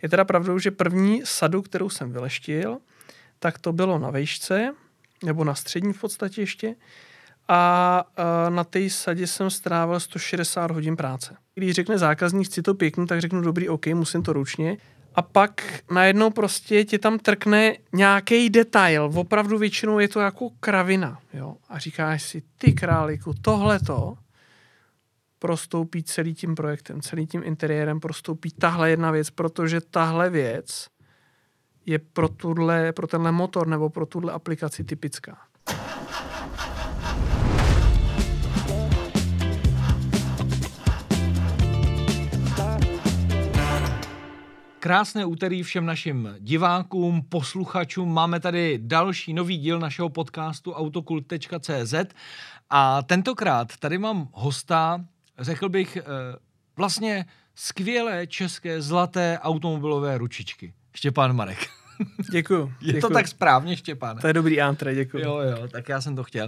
Je teda pravdou, že první sadu, kterou jsem vyleštil, tak to bylo na vejšce, nebo na střední v podstatě ještě. A na té sadě jsem strávil 160 hodin práce. Když řekne zákazník, chci to pěkně, tak řeknu dobrý, OK, musím to ručně. A pak najednou prostě ti tam trkne nějaký detail. Opravdu většinou je to jako kravina. Jo? A říkáš si, ty králíku, tohleto prostoupí celý tím projektem, celý tím interiérem prostoupí tahle jedna věc, protože tahle věc je pro tenhle motor nebo pro tuhle aplikaci typická. Krásné úterý všem našim divákům, posluchačům. Máme tady další nový díl našeho podcastu autokult.cz a tentokrát tady mám hosta, řekl bych, vlastně skvělé české zlaté automobilové ručičky. Štěpán Marek. Děkuju. Je to tak správně, Štěpán? To je dobrý antre, děkuju. Jo, tak já jsem to chtěl.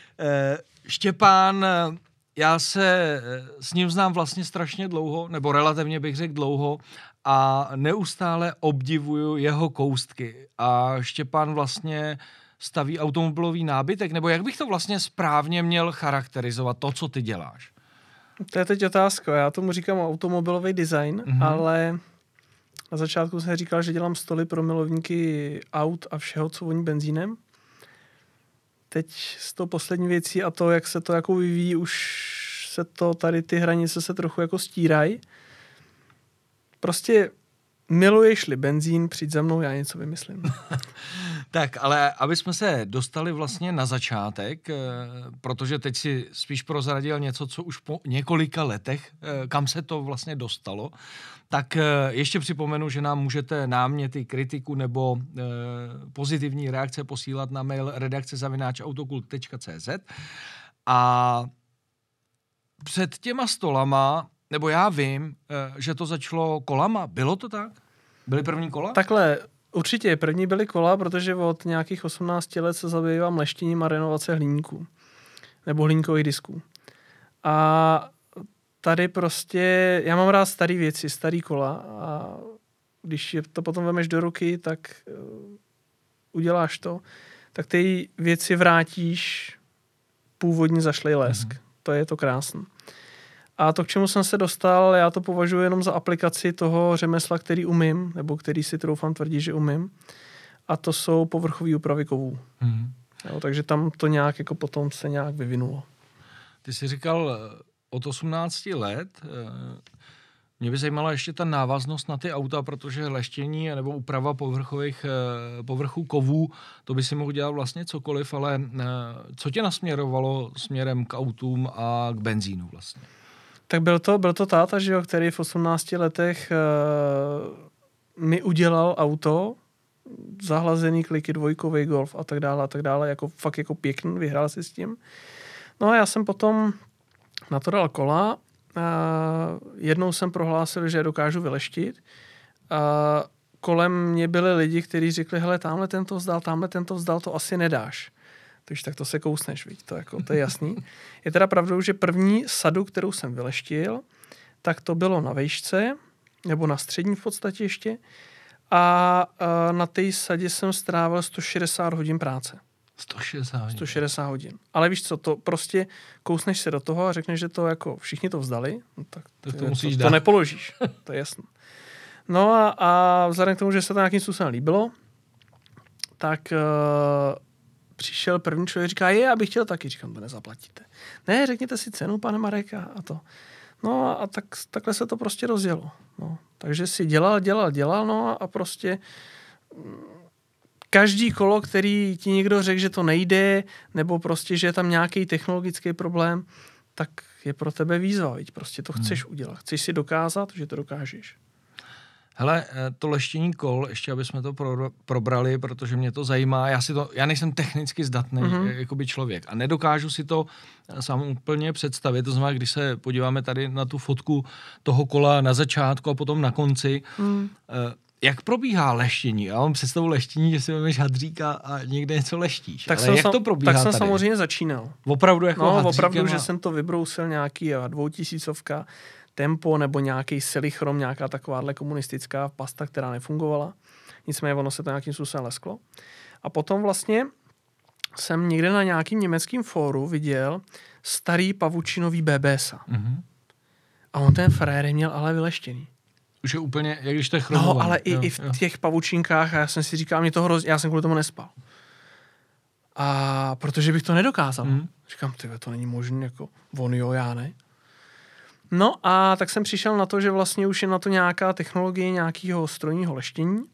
Štěpán, já se s ním znám vlastně strašně dlouho, nebo relativně bych řekl dlouho, a neustále obdivuju jeho koustky. A Štěpán vlastně staví automobilový nábytek, nebo jak bych to vlastně správně měl charakterizovat, to, co ty děláš? To je teď otázka. Já tomu říkám automobilový design, ale na začátku jsem říkal, že dělám stoly pro milovníky aut a všeho, co voní benzínem. Teď s tou poslední věcí a to, jak se to jako vyvíjí, už se to tady ty hranice se trochu jako stírají. Prostě miluješ-li benzín, přijď za mnou, já něco vymyslím. Tak, ale aby jsme se dostali vlastně na začátek, protože teď si spíš prozradil něco, co už po několika letech, kam se to vlastně dostalo, tak ještě připomenu, že nám můžete náměty, kritiku nebo pozitivní reakce posílat na mail redakce@autokult.cz a před těma stolama, nebo já vím, že to začalo kolama. Bylo to tak? Byly první kola? Takhle, určitě. První byly kola, protože od nějakých 18 let se zabývám leštěním a renovace hliníků. Nebo hliníkových disků. A tady prostě, já mám rád staré věci, starý kola a když je to potom vemeš do ruky, tak uděláš to, tak ty věci vrátíš původně zašlej lesk. To je to krásné. A to, k čemu jsem se dostal, já to považuji jenom za aplikaci toho řemesla, který umím, nebo který si troufám tvrdit, že umím. A to jsou povrchové úpravy kovů. Jo, takže tam to nějak jako potom se nějak vyvinulo. Ty jsi říkal od 18 let. Mě by zajímala ještě ta návaznost na ty auta, protože leštění nebo úprava povrchů kovů, to by si mohl dělat vlastně cokoliv, ale co tě nasměrovalo směrem k autům a k benzínu vlastně? Tak byl to táta, že jo, který v 18 letech mi udělal auto, zahlazený kliky, dvojkový Golf a tak dále, jako fakt jako pěkný, vyhrál si s tím. No a já jsem potom na to dal kola. Jednou jsem prohlásil, že dokážu vyleštit. Kolem mě byli lidi, kteří řekli, hele, tamhle ten to vzdal, to asi nedáš. Takže tak to se kousneš, víš, to je jasný. Je teda pravdou, že první sadu, kterou jsem vyleštil, tak to bylo na vejšce, nebo na střední v podstatě ještě. A na té sadě jsem strávil 160 hodin práce. 160 hodin. Ale víš co, to prostě kousneš se do toho a řekneš, že to jako všichni to vzdali, no tak to nepoložíš, to je jasné. No a vzhledem k tomu, že se to nějakým způsobem líbilo, tak přišel první člověk, říká, já bych chtěl taky, říkám, to nezaplatíte. Ne, řekněte si cenu, pane Marek, a to. No a takhle se to prostě rozjelo. No. Takže si dělal, no a prostě každý kolo, který ti někdo řekl, že to nejde, nebo prostě, že je tam nějaký technologický problém, tak je pro tebe výzva, viď? Prostě to chceš udělat. Chceš si dokázat, že to dokážeš. Hele, to leštění kol, ještě aby jsme to probrali, protože mě to zajímá. Já nejsem technicky zdatný jakoby člověk a nedokážu si to sám úplně představit. To znamená, když se podíváme tady na tu fotku toho kola na začátku a potom na konci, jak probíhá leštění? Já mám představu leštění, že si vezmeš hadříka a někde něco leštíš. Ale jak to probíhá tak jsem tady? samozřejmě začínal. Opravdu jako hadříkem? Opravdu, že jsem to vybrousil nějaký 2000, Tempo nebo nějaký Selichrom, nějaká takováhle komunistická pasta, která nefungovala. Nicméně ono se to nějakým způsobem lesklo. A potom vlastně jsem někde na nějakým německým fóru viděl starý pavučinový BBSa. A on ten frajer měl ale vyleštěný. Už je úplně, jak když to je chromovaný. No, ale i v těch pavučinkách, a já jsem si říkal, já jsem kvůli tomu nespal. A protože bych to nedokázal. Říkám, to není možné, jako on jo, já ne. No a tak jsem přišel na to, že vlastně už je na to nějaká technologie nějakého strojního leštění.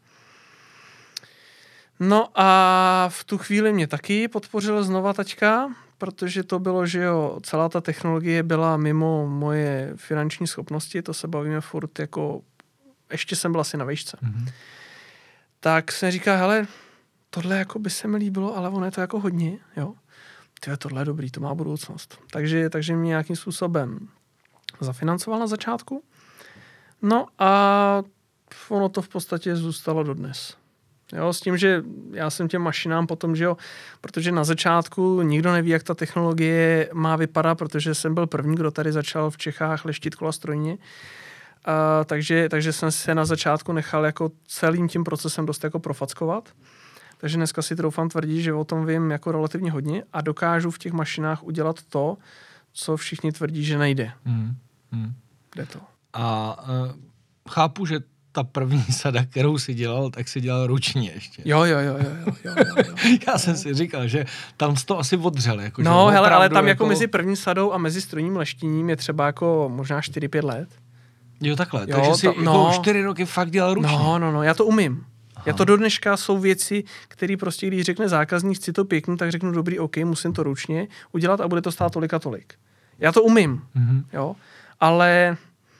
No a v tu chvíli mě taky podpořil znova taťka, protože to bylo, že jo, celá ta technologie byla mimo moje finanční schopnosti, to se bavíme furt jako, ještě jsem byl asi na vejšce. Tak jsem říkal, hele, tohle jako by se mi líbilo, ale ono je to jako hodně, jo. Tyhle, tohle je dobrý, to má budoucnost. Takže mě nějakým způsobem zafinancoval na začátku. No a ono to v podstatě zůstalo dodnes. Jo, s tím, že já jsem těm mašinám potom, že jo, protože na začátku nikdo neví, jak ta technologie má vypadat, protože jsem byl první, kdo tady začal v Čechách leštit kola strojně. Takže jsem se na začátku nechal jako celým tím procesem dost jako profackovat. Takže dneska si troufám tvrdit, že o tom vím jako relativně hodně a dokážu v těch mašinách udělat to, co všichni tvrdí, že nejde. Jde to. A chápu, že ta první sada, kterou si dělal, tak si dělal ručně ještě. Jo. Já jsem si říkal, že tam to asi odřel. Jako, no, hele, ale tam jako mezi první sadou a mezi strojním leštěním je třeba jako možná 4-5 let. Jo, takhle. Jo, takže si jako 4 roky fakt dělal ručně. No, já to umím. Já to do dneška jsou věci, které prostě, když řekne zákazník, chci to pěkně, tak řeknu, dobrý, OK, musím to ručně udělat a bude to stát tolik a tolik. Já to umím, jo, ale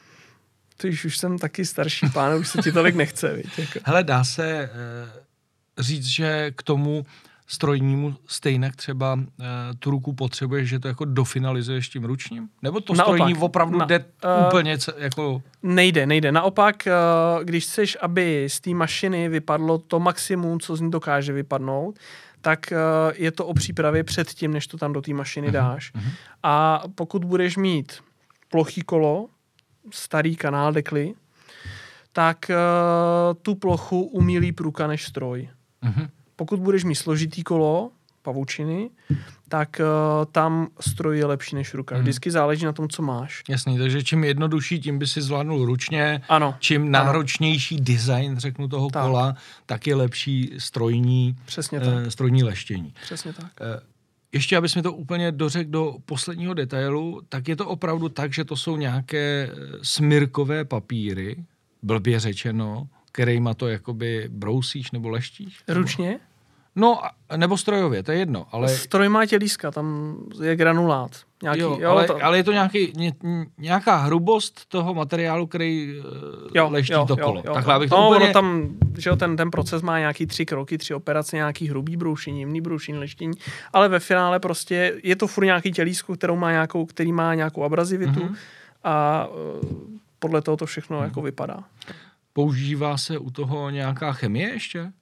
už jsem taky starší pán, už se ti tolik nechce, víš, jako. Hele, dá se říct, že k tomu strojnímu stejnak třeba tu ruku potřebuješ, že to jako dofinalizuješ tím ručním? Nebo to naopak, strojní opravdu jde úplně jako... Nejde. Naopak, když chceš, aby z té mašiny vypadlo to maximum, co z ní dokáže vypadnout, tak je to o přípravě předtím, než to tam do té mašiny dáš. A pokud budeš mít plochý kolo, starý kanál dekly, tak tu plochu umí líp ruka než stroj. Pokud budeš mít složitý kolo, pavučiny, tak tam stroj je lepší než ruka. Vždycky záleží na tom, co máš. Jasný, takže čím jednodušší, tím by si zvládnul ručně. Ano. Čím náročnější design, řeknu, toho kola, tak je lepší strojní leštění. Přesně tak. Ještě, abys mi to úplně dořekl do posledního detailu, tak je to opravdu tak, že to jsou nějaké smyrkové papíry, blbě řečeno, kterejma to jakoby brousíš nebo leštíš? Ručně? No, nebo strojově, to je jedno. Ale... Stroj má tělíska, tam je granulát. Nějaký, ale je to nějaká hrubost toho materiálu, který leští to kolo. Takhle bych to úplně... tam, že ten proces má nějaký 3 kroky, 3 operace, nějaký hrubý broušení, jemný broušení, leštění, ale ve finále prostě je to furt nějaký tělísko, který má nějakou abrazivitu a podle toho to všechno jako vypadá. Používá se u toho nějaká chemie ještě?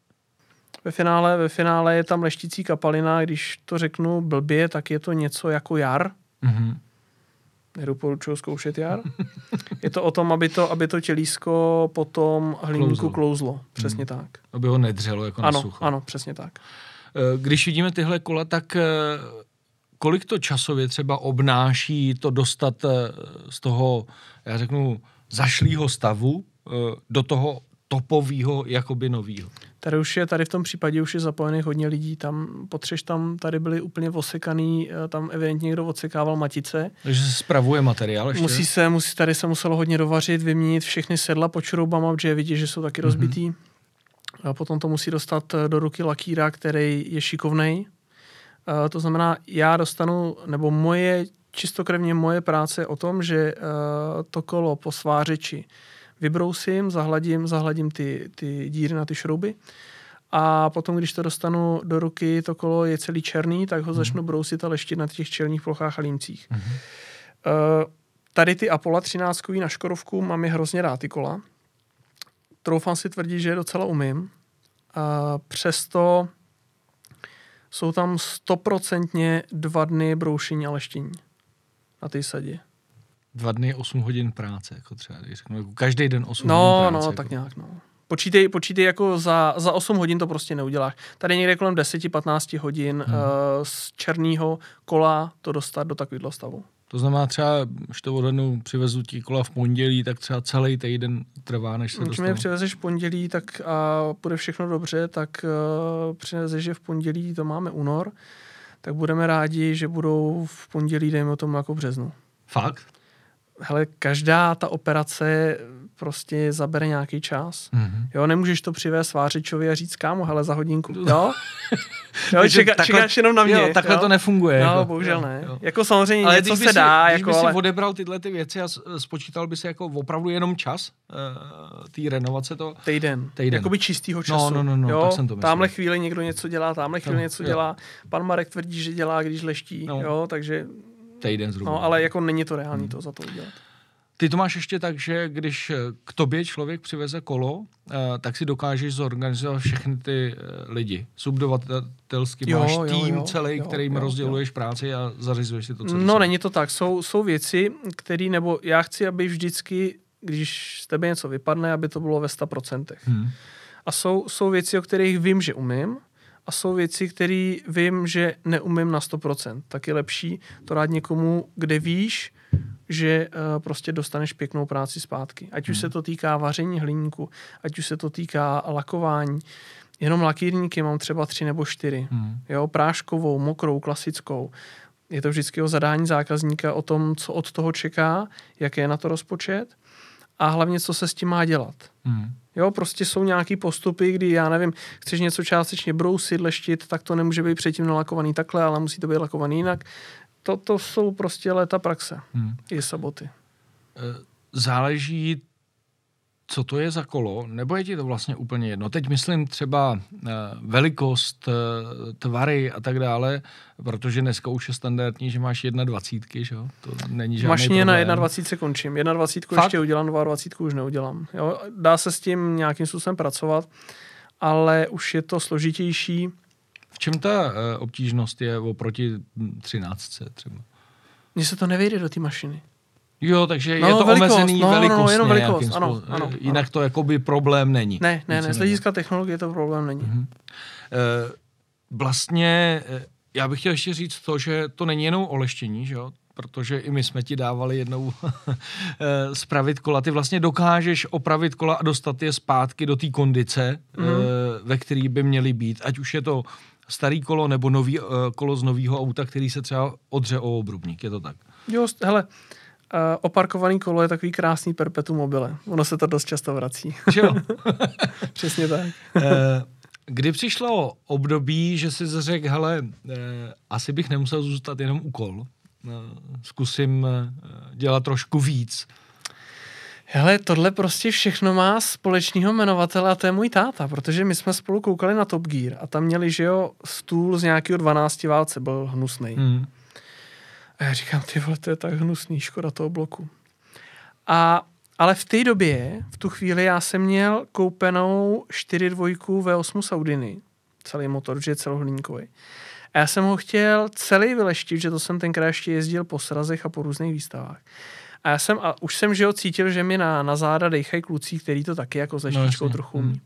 Ve finále je tam leštící kapalina, když to řeknu blbě, tak je to něco jako jar. Nedoporučuji zkoušet jar. Je to o tom, aby to tělísko potom hliníku klouzlo. Přesně tak. Aby ho nedřelo jako na sucho. Ano, přesně tak. Když vidíme tyhle kola, tak kolik to časově třeba obnáší to dostat z toho, já řeknu, zašlýho stavu do toho topovýho, jakoby novýho? Tady v tom případě už je zapojených hodně lidí, tady byli úplně osekaný, tam evidentně někdo odsekával matice. Takže se spravuje materiál ještě? Tady se muselo hodně dovařit, vyměnit všechny sedla pod šroubama, protože je vidět, že jsou taky rozbitý. A potom to musí dostat do ruky lakýra, který je šikovnej. To znamená, já dostanu, nebo čistokrevně moje práce je o tom, že to kolo po svářeči vybrousím, zahladím ty díry na ty šrouby a potom, když to dostanu do ruky, to kolo je celý černý, tak ho začnu brousit a leštit na těch čelních plochách a límcích. Tady ty Apollo 13 na Škodovku mám je hrozně rád, ty kola. Troufám si tvrdit, že je docela umím. Přesto jsou tam 100% 2 dny broušení a leštění na té sadě. 2 dny 8 hodin práce, jako třeba, když řeknu, jako každý den 8 hodin práce. No, tak nějak, no. Počítej jako za 8 hodin to prostě neuděláš. Tady někde kolem 10-15 hodin z černého kola to dostat do takového stavu. To znamená třeba, že to odhadnu, přivezu ti kola v pondělí, tak třeba celý týden trvá, než se Když mě přivezeš v pondělí tak a bude všechno dobře, tak přivezeš, že v pondělí to máme únor, tak budeme rádi, že budou v pondělí, dejme tomu jako březnu. Fakt? Hele, každá ta operace prostě zabere nějaký čas. Mm-hmm. Jo, nemůžeš to přivést vářičovi a říct, kámo, hele, za hodinku. Jo? Čekáš jenom na mě. Jo, takhle to nefunguje. No, jako, bohužel ne. Jo. Jako samozřejmě ale něco se dá. Když by si ale... odebral tyhle ty věci a spočítal by si jako opravdu jenom čas té renovace to... Týden. Jakoby čistýho času. No, jo? Tak jsem to myslel. Tamhle chvíli někdo něco dělá, tamhle chvíli něco dělá. Pan Marek tvrdí, že dělá, když leští. No. Jo, takže... Týden zhruba. No, ale jako není to reálný to za to udělat. Ty to máš ještě tak, že když k tobě člověk přiveze kolo, tak si dokážeš zorganizovat všechny ty lidi. Subdodavatelsky máš tým celý, kterým rozděluješ práci a zařizuješ si to celé. No, není to tak. Jsou věci, které, nebo já chci, aby vždycky, když z tebe něco vypadne, aby to bylo ve 100%. A jsou věci, o kterých vím, že umím, a jsou věci, které vím, že neumím na 100%. Tak je lepší to dát někomu, kde víš, že prostě dostaneš pěknou práci zpátky. Ať už se to týká vaření hliníku, ať už se to týká lakování. Jenom lakírníky mám třeba 3 nebo 4. Jo, práškovou, mokrou, klasickou. Je to vždycky o zadání zákazníka, o tom, co od toho čeká, jaký je na to rozpočet a hlavně, co se s tím má dělat. Jo, prostě jsou nějaký postupy, kdy, já nevím, chceš něco částečně brousit, leštit, tak to nemůže být předtím nalakovaný takhle, ale musí to být lakovaný jinak. To jsou prostě léta praxe. I saboty. Záleží, co to je za kolo, nebo je ti to vlastně úplně jedno? Teď myslím třeba velikost, tvary a tak dále, protože dneska už je standardní, že máš 21, že jo? To není žádný Mašině problém. na 21 končím. 21 ještě udělám, 22 už neudělám. Jo? Dá se s tím nějakým způsobem pracovat, ale už je to složitější. V čem ta obtížnost je oproti 13 třeba? Mně se to nevejde do té mašiny. Jo, takže je to omezený velikostně. No, jenom velikost, ano. Jinak to jakoby problém není. Ne, z hlediska technologie to problém není. Vlastně já bych chtěl ještě říct to, že to není jenom o leštění, že jo? Protože i my jsme ti dávali jednou spravit kola. Ty vlastně dokážeš opravit kola a dostat je zpátky do té kondice, ve který by měly být. Ať už je to starý kolo nebo nový kolo z nového auta, který se třeba odře o obrubník. Je to tak? Jo, hele, oparkovaný kolo je takový krásný perpetuum mobile. Ono se to dost často vrací. Jo? Přesně tak. Kdy přišlo období, že jsi řekl, hele, asi bych nemusel zůstat jenom u kol. Zkusím dělat trošku víc. Hele, tohle prostě všechno má společného jmenovatele a to je můj táta, protože my jsme spolu koukali na Top Gear a tam měli, že jo, stůl z nějakého 12 válce, byl hnusnej. A já říkám, ty vole, to je tak hnusný, škoda toho bloku. Ale v té době, v tu chvíli, já jsem měl koupenou 4.2 V8 Saudiny, celý motor, že je celohliníkový. A já jsem ho chtěl celý vyleštit, že to jsem tenkrát ještě jezdil po srazech a po různých výstavách. A už jsem, že ho cítil, že mi na záda dejchají kluci, který to taky jako se štíčkou trochu umí.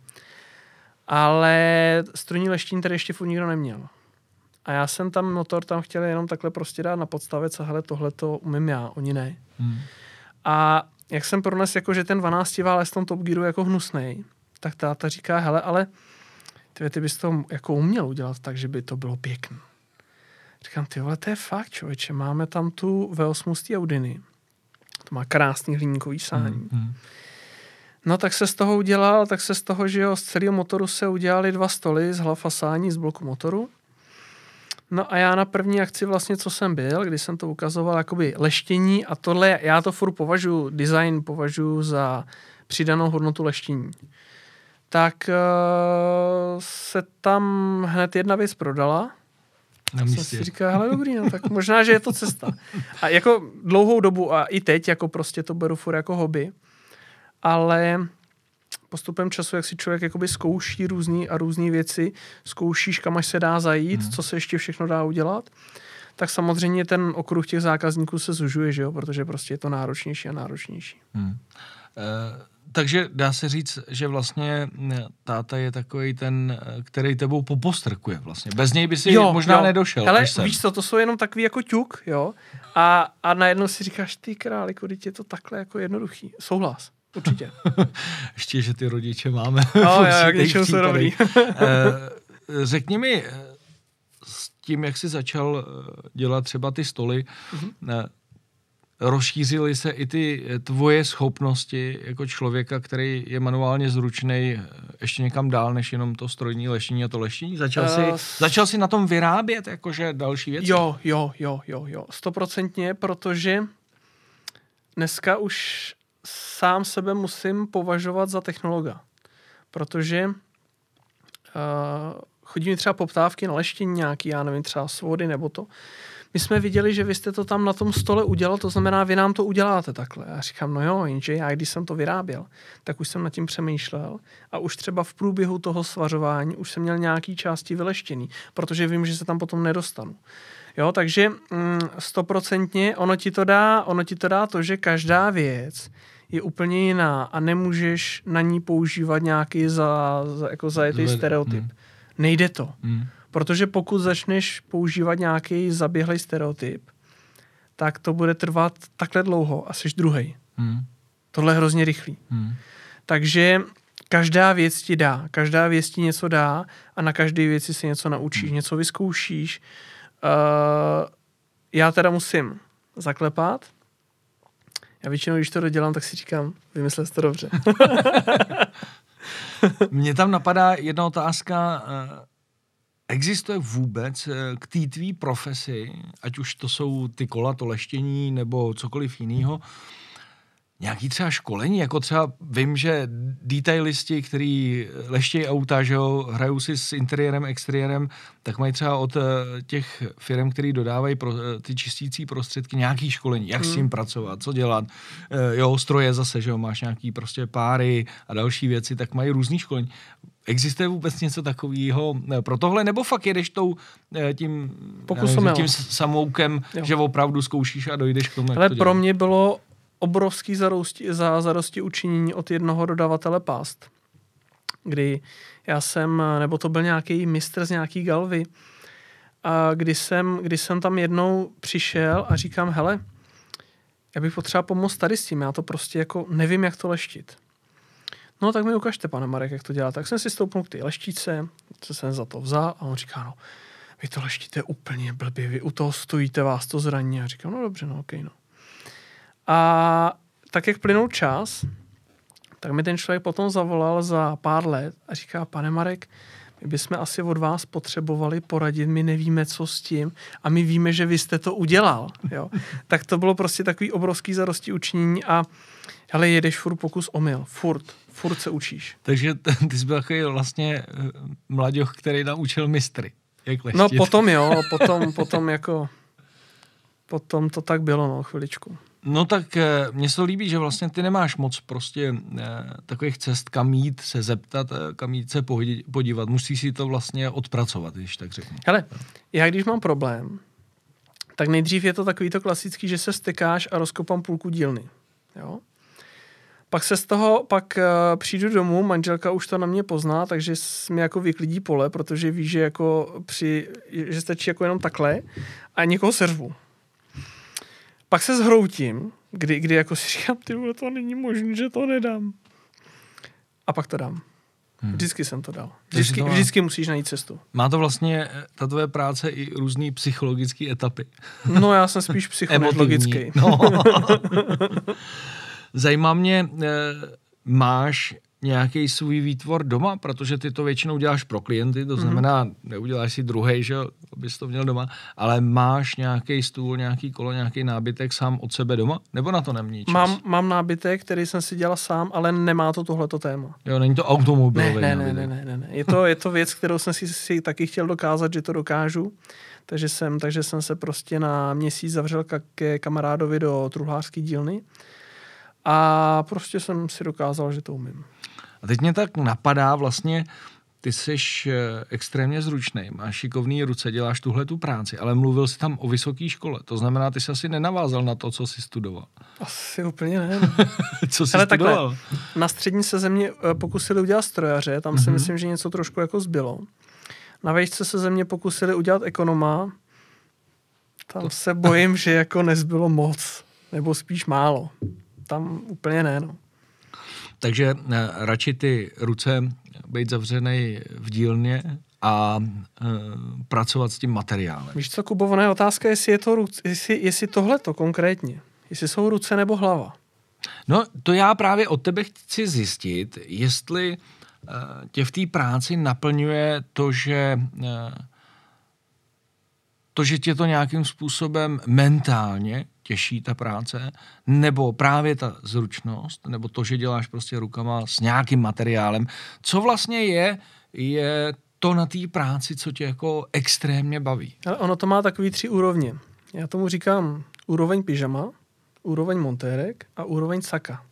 Ale strojní leštění tady ještě furt nikdo neměl. A já jsem tam motor tam chtěl jenom takhle prostě dát na podstavec a hele, tohle to umím já, oni ne. A jak jsem pronesl, jako, že ten 12 válec v tom Top Gearu jako hnusnej, tak táta říká, hele, ale ty bys to jako uměl udělat tak, že by to bylo pěkný. Říkám, ty vole, to je fakt, člověče, máme tam tu V8 z té Audiny. To má krásný hliníkový sání. No tak se z toho, že jo, z celého motoru se udělali 2 stoly z hlav a sání z bloku motoru. No a já na první akci vlastně, co jsem byl, když jsem to ukazoval, jakoby leštění a tohle, já to furt design považuji za přidanou hodnotu leštění. Tak se tam hned jedna věc prodala. Já jsem si říkal, hele dobrý, no, tak možná, že je to cesta. A jako dlouhou dobu a i teď jako prostě to beru furt jako hobby, ale postupem času, jak si člověk jakoby zkouší různý věci, zkoušíš, kam až se dá zajít, co se ještě všechno dá udělat, tak samozřejmě ten okruh těch zákazníků se zužuje, že jo? Protože prostě je to náročnější a náročnější. Takže dá se říct, že vlastně táta je takovej ten, který tebou popostrkuje vlastně. Bez něj by si možná nedošel. Ale víš co, to jsou jenom takový jako ťuk, jo? A najednou si říkáš, ty králiku, teď je to takhle jako jednoduchý. Souhlas, určitě. Ještě, že ty rodiče máme. No, jak něčeho jsou dobrý. Řekni mi, s tím, jak jsi začal dělat třeba ty stoly, rozšířily se i ty tvoje schopnosti jako člověka, který je manuálně zručnej ještě někam dál, než jenom to strojní leštění a to leštění? Začal jsi na tom vyrábět jakože další věci? Jo, 100%, protože dneska už sám sebe musím považovat za technologa. Protože chodí mi třeba poptávky na leštění nějaký, já nevím, třeba svody nebo to. My jsme viděli, že vy jste to tam na tom stole udělal, to znamená, vy nám to uděláte takhle. Já říkám, no jo, jenže já, když jsem to vyráběl, tak už jsem nad tím přemýšlel a už třeba v průběhu toho svařování už jsem měl nějaký části vyleštěný, protože vím, že se tam potom nedostanu. Jo, takže 100% ono ti to dá to, že každá věc je úplně jiná a nemůžeš na ní používat nějaký jako zajetý stereotyp. Nejde to. Protože pokud začneš používat nějaký zaběhlej stereotyp, tak to bude trvat takhle dlouho a jsi druhej. Tohle je hrozně rychlý. Takže každá věc ti dá. Každá věc ti něco dá a na každé věci si něco naučíš, něco vyzkoušíš. Já teda musím zaklepat. Já většinou, když to dodělám, tak si říkám, vymyslel jsi to dobře. Mně tam napadá jedna otázka. Existuje vůbec k té tvý profesi, ať už to jsou ty kola, to leštění nebo cokoliv jiného, nějaký třeba školení? Jako třeba vím, že detailisti, který leštějí auta, že jo, hrajou si s interiérem, exteriérem, tak mají třeba od těch firm, který dodávají ty čistící prostředky, nějaký školení, jak s tím pracovat, co dělat. Jo, stroje zase, že jo, máš nějaký prostě páry a další věci, tak mají různý školení. Existuje vůbec něco takového pro tohle, nebo fakt jedeš tím samoukem, že opravdu zkoušíš a dojdeš k tomu, ale pro mě bylo obrovský zarosti učinění od jednoho dodavatele pást, kdy já jsem, nebo to byl nějaký mistr z nějaký galvy, a kdy jsem tam jednou přišel a říkám, hele, já bych potřeba pomoct tady s tím, já to prostě jako nevím, jak to leštit. No tak mi ukažte, pane Marek, jak to dělá. Tak jsem si stoupnul k té leštičce, co jsem za to vzal a on říká, no, vy to leštíte úplně blbě, vy u toho stojíte, vás to zraní. A říkám, no dobře, no okej, no. A tak, jak plynul čas, tak mi ten člověk potom zavolal za pár let a říká, pane Marek, my bychom asi od vás potřebovali poradit, my nevíme, co s tím a my víme, že vy jste to udělal. Jo. Tak to bylo prostě takový obrovský zarosti učinění a hele, jedeš furt pokus omyl, furt se učíš. Takže ty jsi byl takový vlastně mladěch, který naučil mistry, jak leštit. No potom to tak bylo, no, chviličku. No tak mně se to líbí, že vlastně ty nemáš moc prostě takových cest, kam jít se zeptat, kam jít se podívat. Musíš si to vlastně odpracovat, když tak řeknu. Hele, já když mám problém, tak nejdřív je to takový to klasický, že se stekáš a rozkopám půlku dílny. Jo? Pak přijdu domů, manželka už to na mě pozná, takže mi jako vyklidí pole, protože ví, že že stačí jako jenom takhle a někoho seřvu. Pak se zhroutím, kdy jako si říkám, ty vole, to není možné, že to nedám. A pak to dám. Vždycky jsem to dal. Vždycky musíš najít cestu. Má to vlastně, ta tvoje práce, i různý psychologické etapy. No já jsem spíš psychologický. No. Zajímá mě, máš nějaký svůj výtvor doma, protože ty to většinou děláš pro klienty, to znamená, neuděláš si druhej, že abys to měl doma, ale máš nějaký stůl, nějaký kolo, nějaký nábytek sám od sebe doma? Nebo na to nemění čas? Mám nábytek, který jsem si dělal sám, ale nemá to tohleto téma. Jo, není to automobilový nábytek. Ne. Je to věc, kterou jsem si taky chtěl dokázat, že to dokážu. Takže jsem se prostě na měsíc zavřel ke kamarádovi do truhlářské dílny a prostě jsem si dokázal, že to umím. A teď mě tak napadá vlastně, ty jsi extrémně zručnej, máš šikovný ruce, děláš tuhle tu práci, ale mluvil jsi tam o vysoké škole. To znamená, ty jsi asi nenavázal na to, co jsi studoval. Asi úplně ne. Co jsi studoval? Takhle, na střední se ze mě pokusili udělat strojaře, tam si myslím, že něco trošku jako zbylo. Na vejšce se ze mě pokusili udělat ekonoma, tam se bojím, že jako nezbylo moc, nebo spíš málo. Tam úplně ne, no. Takže radši ty ruce být zavřenej v dílně a pracovat s tím materiálem. Víš co, Kubo, otázka, jestli tohleto konkrétně, jestli jsou ruce nebo hlava. No, to já právě od tebe chci zjistit, jestli tě v té práci naplňuje to, že tě to nějakým způsobem mentálně těší ta práce, nebo právě ta zručnost, nebo to, že děláš prostě rukama s nějakým materiálem. Co vlastně je to na té práci, co tě jako extrémně baví? Ale ono to má takový 3 úrovně. Já tomu říkám úroveň pyžama, úroveň montérek a úroveň saka.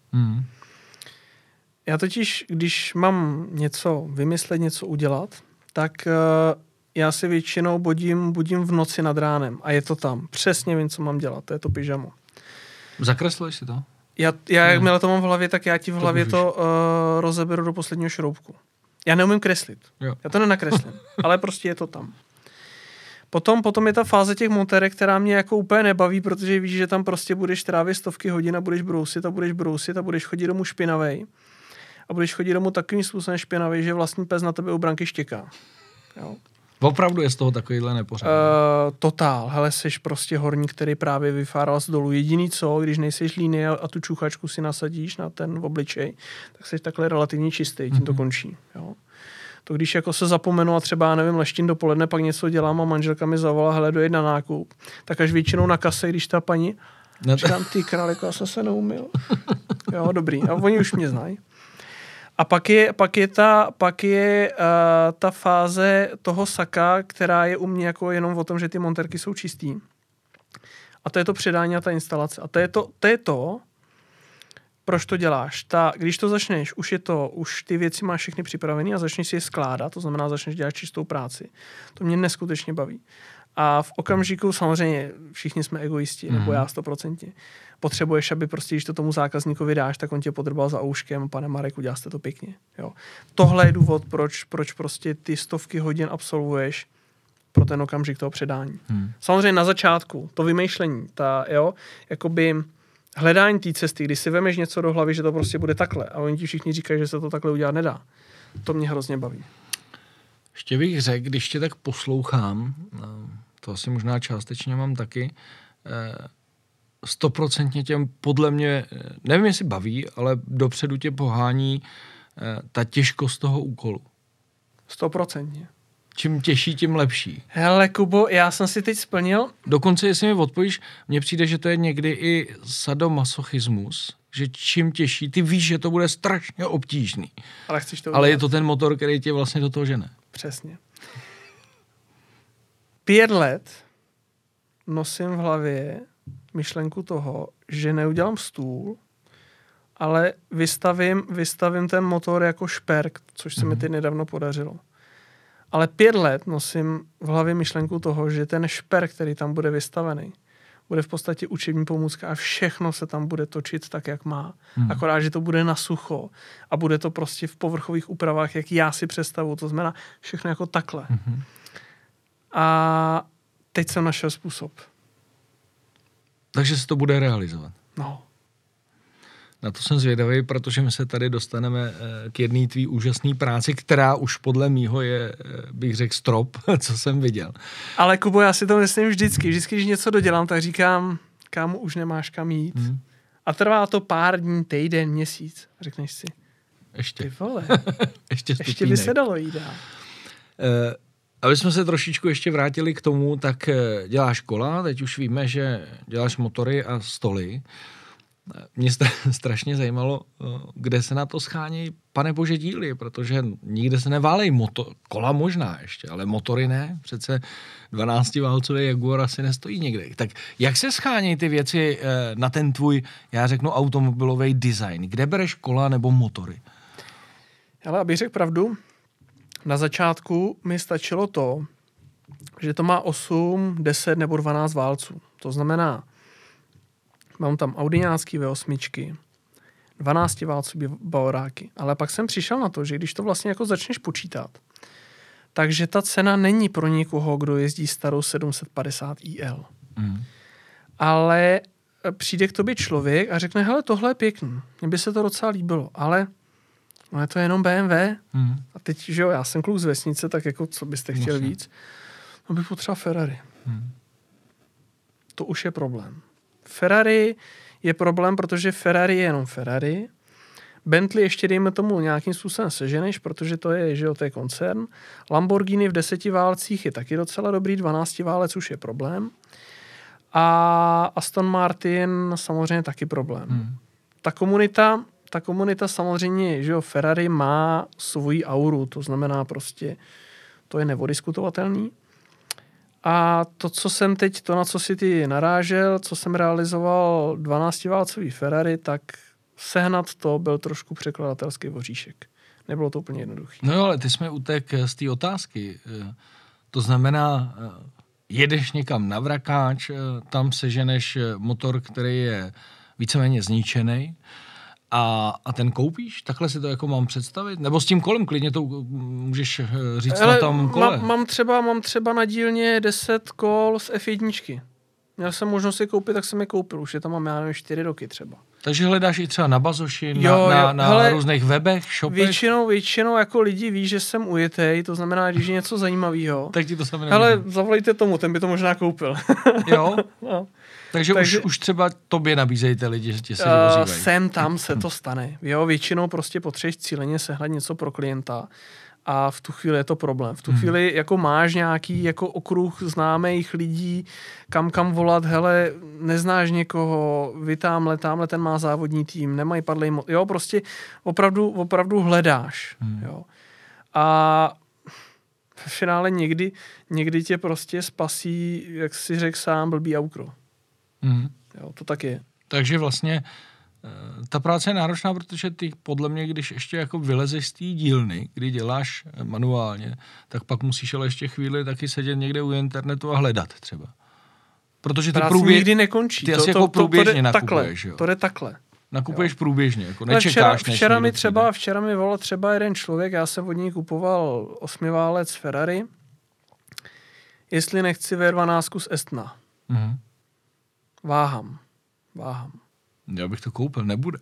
Já totiž, když mám něco vymyslet, něco udělat, tak já si většinou budím v noci nad ránem a je to tam. Přesně vím, co mám dělat, to je to pyžamo. Zakresluješ si to? Já jakmile to mám v hlavě, tak já ti v hlavě to rozeberu do posledního šroubku. Já neumím kreslit. Jo. Já to nenakreslím, ale prostě je to tam. Potom je ta fáze těch montérek, která mě jako úplně nebaví, protože víš, že tam prostě budeš trávit stovky hodin a budeš brousit a budeš chodit domů špinavej. A budeš chodit domů takovým způsobem špinavej, že vlastní pes na tebe u branky štěká. Jo. Opravdu je z toho takovýhle nepořádek? Totál. Hele, seš prostě horník, který právě vyfáral z dolu. Jediný co, když nejseš líný a tu čuchačku si nasadíš na ten obličej, tak seš takhle relativně čistý, tím to končí. Jo. To když jako se zapomenu a třeba, nevím, leštin dopoledne, pak něco dělám a manželka mi zavolá, hele, dojď na nákup, tak až většinou na kase, když ta paní, říkám, ty králíku, já jsem se neumyl. Jo, dobrý. A oni už mě znají. A pak je ta fáze toho saka, která je u mě jako jenom o tom, že ty montérky jsou čistý. A to je to předání a ta instalace. A to je to, proč to děláš. Když to začneš, už ty věci máš všechny připravené a začneš si je skládat, to znamená, začneš dělat čistou práci. To mě neskutečně baví. A v okamžiku, samozřejmě všichni jsme egoisti, nebo já 100%. Potřebuješ, aby prostě, když to tomu zákazníkovi dáš, tak on tě podrbal za ouškem, pane Marek, udělal jste to pěkně. Jo. Tohle je důvod, proč prostě ty stovky hodin absolvuješ pro ten okamžik toho předání. Samozřejmě na začátku, to vymýšlení, jakoby hledání té cesty, když si vemeš něco do hlavy, že to prostě bude takhle a oni ti všichni říkají, že se to takhle udělat nedá. To mě hrozně baví. Ještě bych řekl, když tě tak poslouchám, to asi možná částečně mám taky, 100% tě podle mě, nevím, jestli baví, ale dopředu tě pohání ta těžkost toho úkolu. 100%. Čím těžší, tím lepší. Hele, Kubo, já jsem si teď splnil. Dokonce, jestli mi odpovíš, mně přijde, že to je někdy i sadomasochismus, že čím těžší, ty víš, že to bude strašně obtížný. Ale chceš to udělat. Ale je to ten motor, který tě vlastně do toho žene. Přesně. 5 let nosím v hlavě myšlenku toho, že neudělám stůl, ale vystavím ten motor jako šperk, což se mi teď nedávno podařilo. Ale 5 let nosím v hlavě myšlenku toho, že ten šperk, který tam bude vystavený, bude v podstatě učební pomůcka a všechno se tam bude točit tak, jak má. Akorát, že to bude na sucho a bude to prostě v povrchových úpravách, jak já si představuji. To znamená všechno jako takhle. A teď jsem našel způsob. Takže se to bude realizovat. No. Na to jsem zvědavý, protože my se tady dostaneme k jedné tvý úžasné práci, která už podle mýho je, bych řekl, strop, co jsem viděl. Ale Kubo, já si to myslím vždycky. Vždycky, když něco dodělám, tak říkám, kámo, už nemáš kam jít. A trvá to pár dní, týden, měsíc. Řekneš si. Ještě. Ty vole. Ještě by se dalo jít dál. Aby jsme se trošičku ještě vrátili k tomu, tak děláš kola, teď už víme, že děláš motory a stoly. Mě strašně zajímalo, kde se na to schánějí, pane bože, díly, protože nikde se neválejí kola možná ještě, ale motory ne. Přece 12-válcový Jaguar asi nestojí někde. Tak jak se schánějí ty věci na ten tvůj, já řeknu, automobilový design? Kde bereš kola nebo motory? Ale abych řekl pravdu, Na začátku mi stačilo to, že to má 8, 10 nebo 12 válců. To znamená, mám tam audiňácký V8, 12 válců bavoráky. Ale pak jsem přišel na to, že když to vlastně jako začneš počítat, takže ta cena není pro někoho, kdo jezdí starou 750 IL. Ale přijde k tobě člověk a řekne, hele, tohle je pěkný, mně by se to docela líbilo, ale je to jenom BMW. A teď, že jo, já jsem kluk z vesnice, tak jako co byste chtěl víc? No bych potřeboval Ferrari. To už je problém. Ferrari je problém, protože Ferrari je jenom Ferrari. Bentley ještě dejme tomu nějakým způsobem seženeš, protože to je, že jo, to je koncern. Lamborghini v 10 válcích je taky docela dobrý, 12 válec už je problém. A Aston Martin samozřejmě taky problém. Ta komunita samozřejmě, že jo, Ferrari má svoji auru, to znamená prostě, to je neodiskutovatelný. A to, na co si ty narážel, co jsem realizoval 12válcový Ferrari, tak sehnat to byl trošku překladatelský voříšek. Nebylo to úplně jednoduché. No jo, ale ty jsme utek z té otázky. To znamená, jedeš někam na vrakáč, tam seženeš motor, který je víceméně zničenej, a ten koupíš? Takhle si to jako mám představit? Nebo s tím kolem klidně to můžeš říct na tom kole? Mám třeba na dílně 10 kol z F1. Měl jsem možnost je koupit, tak jsem je koupil. Už je tam mám, já nevím, 4 roky třeba. Takže hledáš i třeba na Bazoši, na hele, různých webech, shopech? Většinou jako lidi ví, že jsem ujetej, to znamená, když je něco zajímavého. Tak ti to samé hele, zavolejte tomu, ten by to možná koupil. Jo? No. Takže už třeba tobě nabízejte lidi, že tě se ozývají. Sem tam se to stane. Jo, většinou prostě potřebuješ cíleně sehnat něco pro klienta a v tu chvíli je to problém. V tu chvíli jako máš nějaký jako okruh známých lidí, kam volat, hele, neznáš někoho, vy tamhle ten má závodní tým, nemají padlej jo, prostě opravdu hledáš. Jo. A v finále někdy tě prostě spasí, jak si řekl sám, blbý aukro. Jo, to tak je. Takže vlastně ta práce je náročná, protože ty podle mě, když ještě jako vylezeš z té dílny, kdy děláš manuálně, tak pak musíš ale ještě chvíli taky sedět někde u internetu a hledat třeba. Protože ty nikdy nekončí. Ty asi jako průběžně nakupuješ. Jo? To jde takhle. Nakupuješ průběžně, jako nečekáš. Včera mi volal třeba jeden člověk, já jsem od něj kupoval 8válec Ferrari, jestli nechci V12 z Estna. Váhám. Já bych to koupil, nebude.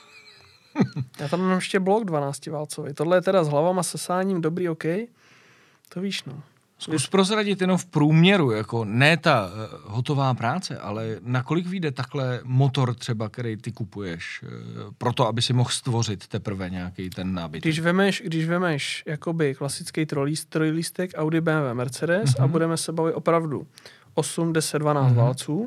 Já tam mám ještě blok 12válcový. Tohle je teda s hlavama sesáním dobrý, OK. To víš, no. Zkus prozradit jenom v průměru, jako ne ta hotová práce, ale nakolik vyjde takhle motor třeba, který ty kupuješ, proto, aby si mohl stvořit teprve nějaký ten nábytek. Když vemeš jakoby klasický trojlístek Audi, BMW, Mercedes a budeme se bavit opravdu 8, 10, 12 válců,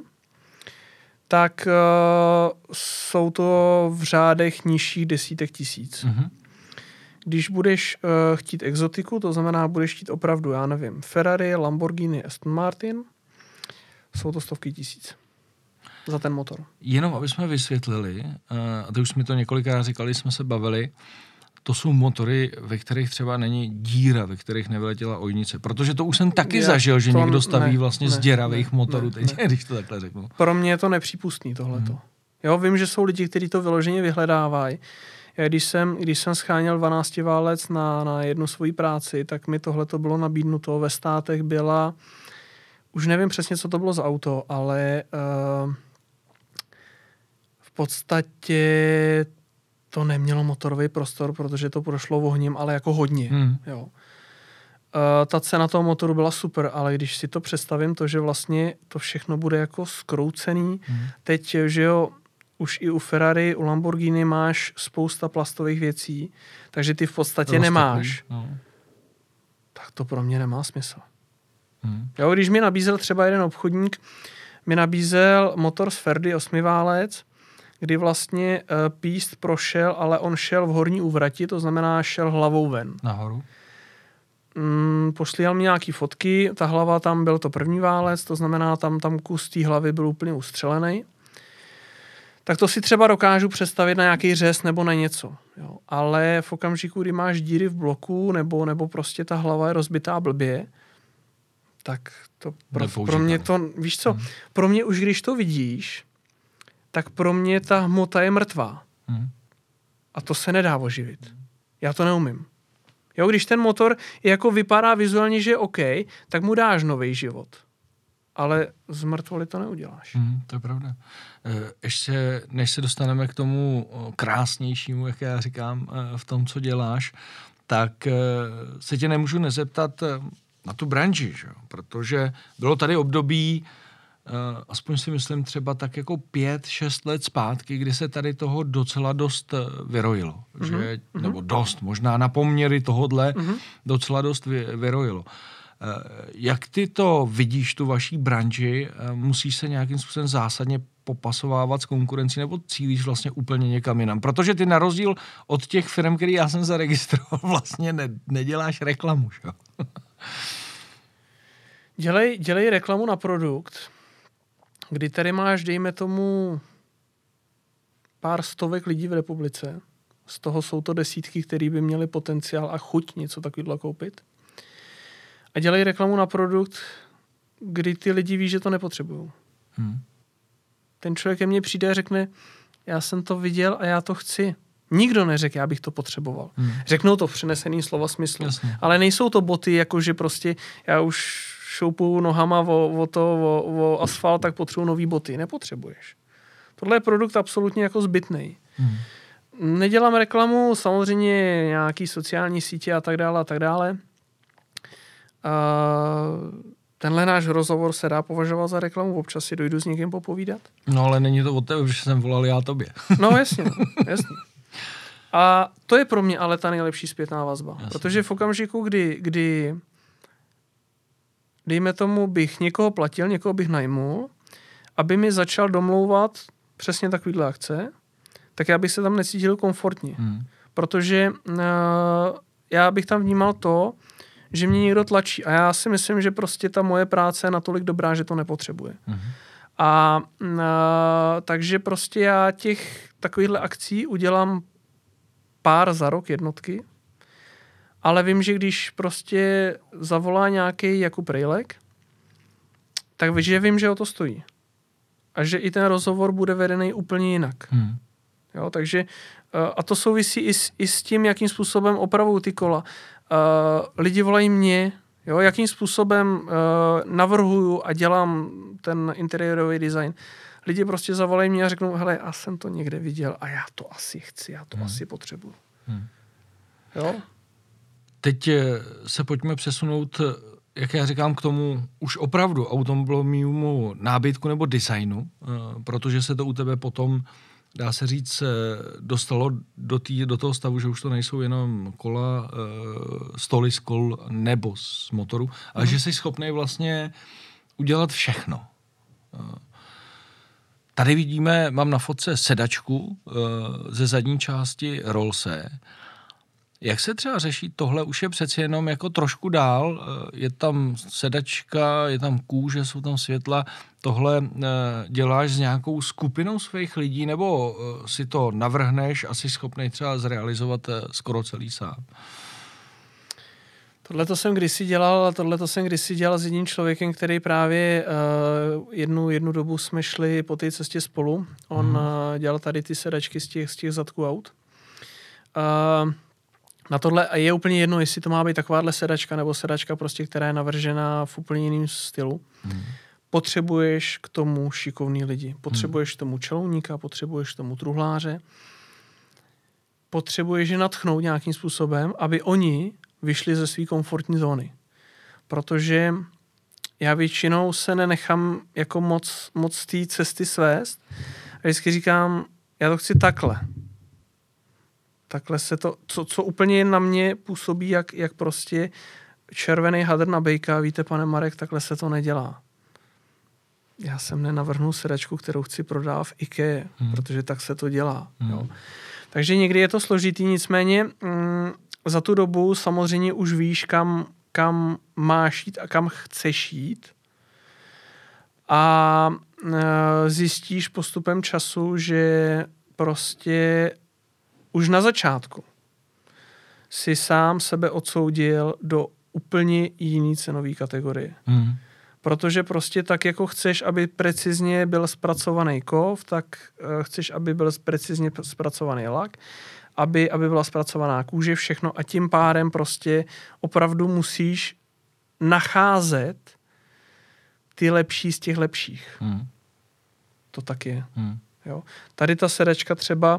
tak jsou to v řádech nižších desítek tisíc. Když budeš chtít exotiku, to znamená, budeš chtít opravdu, já nevím, Ferrari, Lamborghini, Aston Martin, jsou to stovky tisíc za ten motor. Jenom, aby jsme vysvětlili, a ty už jsme to několikrát říkali, jsme se bavili, to jsou motory, ve kterých třeba není díra, ve kterých nevyletěla ojnice. Protože to už jsem taky zažil, že někdo staví z děravých motorů, když to takhle řeknu. Pro mě je to nepřípustný tohleto. Jo, vím, že jsou lidi, kteří to vyloženě vyhledávají. Když jsem scháněl 12 válec na jednu svoji práci, tak mi tohleto bylo nabídnuto. Ve státech byla, už nevím přesně, co to bylo za auto, ale v podstatě to nemělo motorový prostor, protože to prošlo ohněm, ale jako hodně. Jo. Ta cena toho motoru byla super, ale když si to představím, to, že vlastně to všechno bude jako skroucený. Teď, že jo, už i u Ferrari, u Lamborghini máš spousta plastových věcí, takže ty v podstatě nemáš. Tak to pro mě nemá smysl. Jo, když mi nabízel třeba jeden obchodník, mi nabízel motor z Ferdy 8válec, kdy vlastně píst prošel, ale on šel v horní úvrati, to znamená šel hlavou ven. Nahoru. Poslíhal mi nějaký fotky, ta hlava tam byl to první válec, to znamená tam kus té hlavy byl úplně ustřelený. tak to si třeba dokážu představit na nějaký řez nebo na něco. Jo. Ale v okamžiku, kdy máš díry v bloku nebo prostě ta hlava je rozbitá blbě, tak to pro mě to, víš co, pro mě už když to vidíš, tak pro mě ta hmota je mrtvá. A to se nedá oživit. Já to neumím. Jo, když ten motor jako vypadá vizuálně, že je OK, tak mu dáš nový život. Ale z mrtvoly to neuděláš. To je pravda. Ještě než se dostaneme k tomu krásnějšímu, jak já říkám, v tom, co děláš, tak se tě nemůžu nezeptat na tu branži, že? Protože bylo tady období, aspoň si myslím třeba tak jako 5-6 let zpátky, kdy se tady toho docela dost vyrojilo. Že, nebo dost, možná na poměry tohodle docela dost vyrojilo. Jak ty to vidíš, tu vaší branži? Musíš se nějakým způsobem zásadně popasovávat s konkurencí nebo cílíš vlastně úplně někam jinam? Protože ty na rozdíl od těch firm, který já jsem zaregistroval, vlastně neděláš reklamu, že? Dělej reklamu na produkt, kdy tady máš, dejme tomu, pár stovek lidí v republice. Z toho jsou to desítky, který by měli potenciál a chuť něco takového koupit. A dělej reklamu na produkt, kdy ty lidi ví, že to nepotřebují. Ten člověk ke mně přijde a řekne, já jsem to viděl a já to chci. Nikdo neřekl, já bych to potřeboval. Řeknou to v přeneseným slova smyslu. Jasně. Ale nejsou to boty, jakože prostě já už šoupu nohama o asfalt, tak potřebuji nový boty. Nepotřebuješ. Tohle je produkt absolutně jako zbytnej. Nedělám reklamu, samozřejmě nějaký sociální sítě a tak dále a tak dále. Tenhle náš rozhovor se dá považovat za reklamu, občas si dojdu s někým popovídat. No ale není to od tebe, že jsem volal já tobě. No jasně. A to je pro mě ale ta nejlepší zpětná vazba. Jasně. Protože v okamžiku, kdy dejme tomu, bych někoho platil, někoho bych najmul, aby mi začal domlouvat přesně takovýhle akce, tak já bych se tam necítil komfortně. Protože já bych tam vnímal to, že mě někdo tlačí. A já si myslím, že prostě ta moje práce je natolik dobrá, že to nepotřebuje. Takže prostě já těch takovýchhle akcí udělám pár za rok, jednotky, ale vím, že když prostě zavolá nějaký Jakub Rejlek, tak že vím, že o to stojí. A že i ten rozhovor bude vedený úplně jinak. Jo, takže a to souvisí i s tím, jakým způsobem opravují ty kola. Lidi volají mě, jo, jakým způsobem navrhuju a dělám ten interiérový design. Lidi prostě zavolají mě a řeknou, hele, já jsem to někde viděl a já to asi chci, já to asi potřebuju. Jo? Teď se pojďme přesunout, jak já říkám, k tomu už opravdu automobilovému nábytku nebo designu, protože se to u tebe potom, dá se říct, dostalo do toho stavu, že už to nejsou jenom kola, stoly z kol nebo z motoru, ale že jsi schopný vlastně udělat všechno. Tady vidíme, mám na fotce sedačku ze zadní části Rollse. Jak se třeba řeší tohle? Už je přeci jenom jako trošku dál. Je tam sedačka, je tam kůže, jsou tam světla. Tohle děláš s nějakou skupinou svých lidí, nebo si to navrhneš a jsi schopný třeba zrealizovat skoro celý sám? Tohle jsem kdysi dělal s jedním člověkem, který právě jednu dobu jsme šli po té cestě spolu. On dělal tady ty sedačky z těch zadků aut. Na tohle je úplně jedno, jestli to má být takováhle sedačka nebo sedačka prostě, která je navržená v úplně jiném stylu. Potřebuješ k tomu šikovný lidi. Potřebuješ k tomu čelouníka, potřebuješ k tomu truhláře. Potřebuješ je natchnout nějakým způsobem, aby oni vyšli ze své komfortní zóny. Protože já většinou se nenechám jako moc té cesty svést. A vždycky říkám, já to chci takhle. Takhle se to, co úplně na mě působí, jak prostě červený hadr na bejka, víte, pane Marek, takhle se to nedělá. Já jsem nenavrhnul sedačku, kterou chci prodávat v IKEA, protože tak se to dělá. Jo. Takže někdy je to složitý, nicméně za tu dobu samozřejmě už víš, kam máš jít a kam chceš jít. A zjistíš postupem času, že prostě už na začátku si sám sebe odsoudil do úplně jiný cenový kategorie. Protože prostě tak, jako chceš, aby precizně byl zpracovaný kov, tak chceš, aby byl precizně zpracovaný lak, aby byla zpracovaná kůže, všechno a tím pádem prostě opravdu musíš nacházet ty lepší z těch lepších. To tak je. Jo. Tady ta sedačka třeba,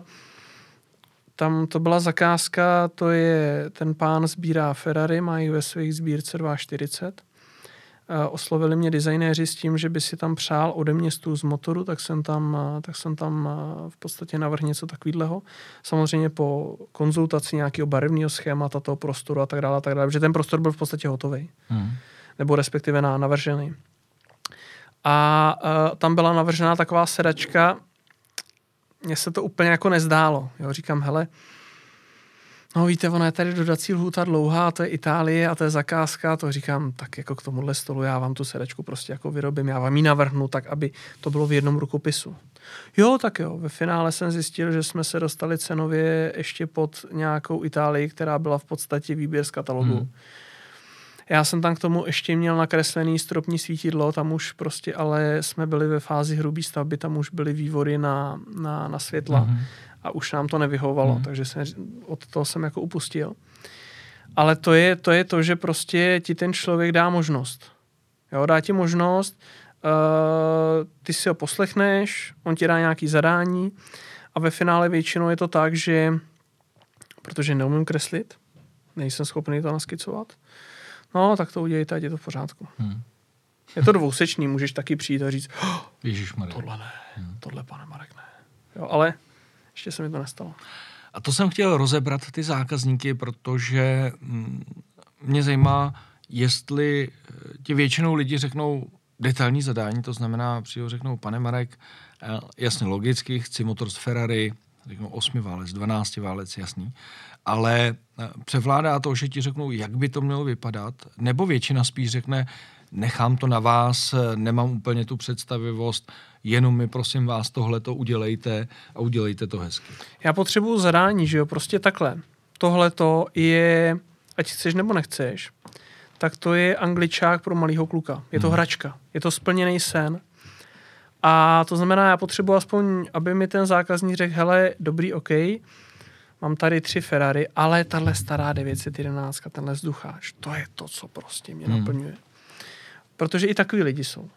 tam to byla zakázka, to je, ten pán sbírá Ferrari, mají ve svých sbírce 240. Oslovili mě designéři s tím, že by si tam přál ode mě stůl z motoru, tak jsem tam v podstatě navrhl něco takového. Samozřejmě po konzultaci nějakého barevného schémata toho prostoru a tak dále, protože ten prostor byl v podstatě hotový. Nebo respektive navržený. A tam byla navržená taková sedačka, mně se to úplně jako nezdálo. Jo, říkám, hele, no víte, ona je tady dodací lhůta dlouhá, to je Itálie a to je zakázka, to říkám, tak jako k tomuhle stolu já vám tu sedačku prostě jako vyrobím, já vám ji navrhnu, tak aby to bylo v jednom rukopisu. Jo, tak jo, ve finále jsem zjistil, že jsme se dostali cenově ještě pod nějakou Itálii, která byla v podstatě výběr z katalogu. Já jsem tam k tomu ještě měl nakreslený stropní svítidlo, tam už prostě, ale jsme byli ve fázi hrubý stavby, tam už byly vývody na světla a už nám to nevyhovovalo, takže od toho jsem jako upustil. Ale to je to, že prostě ti ten člověk dá možnost. Jo, dá ti možnost, ty si ho poslechneš, on ti dá nějaký zadání a ve finále většinou je to tak, že protože neumím kreslit, nejsem schopný to naskicovat, no, tak to udělejte, ať je to v pořádku. Je to dvousečný, můžeš taky přijít a říct, tohle ne, tohle pane Marek ne. Jo, ale ještě se mi to nestalo. A to jsem chtěl rozebrat ty zákazníky, protože mě zajímá, jestli ti většinou lidi řeknou detailní zadání, to znamená, řeknou, pane Marek, jasně logicky, chci motor z Ferrari, řeknou 8 válec, 12 válec, jasný, ale převládá to, že ti řeknou, jak by to mělo vypadat, nebo většina spíš řekne, nechám to na vás, nemám úplně tu představivost, jenom mi prosím vás tohleto udělejte a udělejte to hezky. Já potřebuju zadání, že jo, prostě takhle. Tohleto je, ať chceš nebo nechceš, tak to je angličák pro malýho kluka. Je to hračka, je to splněný sen. A to znamená, já potřebuji aspoň, aby mi ten zákazník řekl, hele, dobrý, OK, mám tady 3 Ferrari, ale tahle stará 911, tenhle vzducháč, to je to, co prostě mě naplňuje. Protože i takový lidi jsou.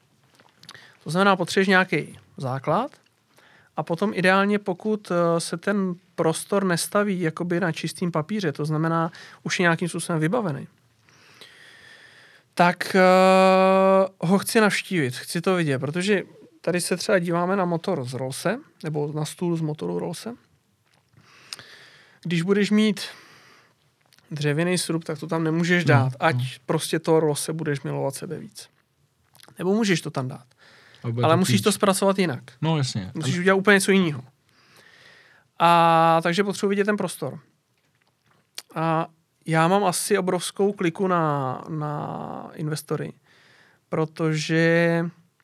To znamená, potřebuješ nějaký základ a potom ideálně, pokud se ten prostor nestaví jakoby na čistým papíře, to znamená, už je nějakým způsobem vybavený, tak ho chci navštívit, chci to vidět, protože tady se třeba díváme na motor z Rollse, nebo na stůl z motoru Rollse. Když budeš mít dřevěný srub, tak to tam nemůžeš dát, ať prostě to Rollse budeš milovat sebe víc. Nebo můžeš to tam dát. Ale musíš to zpracovat jinak. No jasně. Musíš udělat úplně něco jiného. A takže potřebuji vidět ten prostor. A já mám asi obrovskou kliku na investory, protože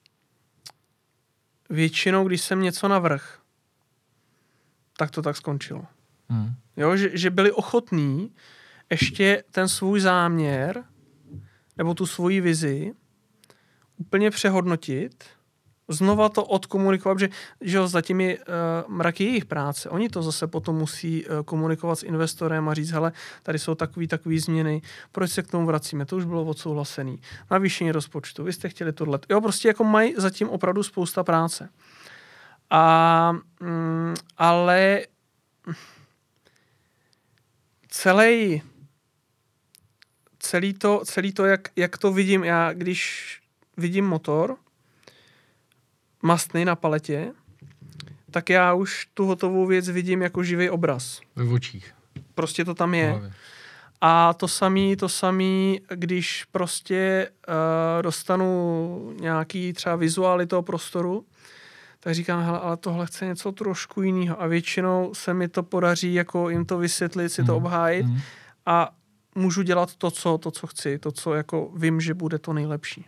většinou, když jsem něco navrhl, tak to tak skončilo. Jo, že byli ochotní ještě ten svůj záměr nebo tu svoji vizi úplně přehodnotit, znova to odkomunikovat, že zatím je mraky jejich práce. Oni to zase potom musí komunikovat s investorem a říct, hele, tady jsou takový změny, proč se k tomu vracíme, to už bylo odsouhlasený. Navýšení rozpočtu, vy jste chtěli tohle. Jo, prostě jako mají zatím opravdu spousta práce. Ale celý to, jak to vidím, já když vidím motor mastný na paletě, tak já už tu hotovou věc vidím jako živý obraz. Ve očích. Prostě to tam je. A to samý, když prostě dostanu nějaký třeba vizuály toho prostoru, tak říkám, hele, ale tohle chce něco trošku jiného. A většinou se mi to podaří jako jim to vysvětlit, si to obhájit a můžu dělat to, co chci, to, co jako vím, že bude to nejlepší.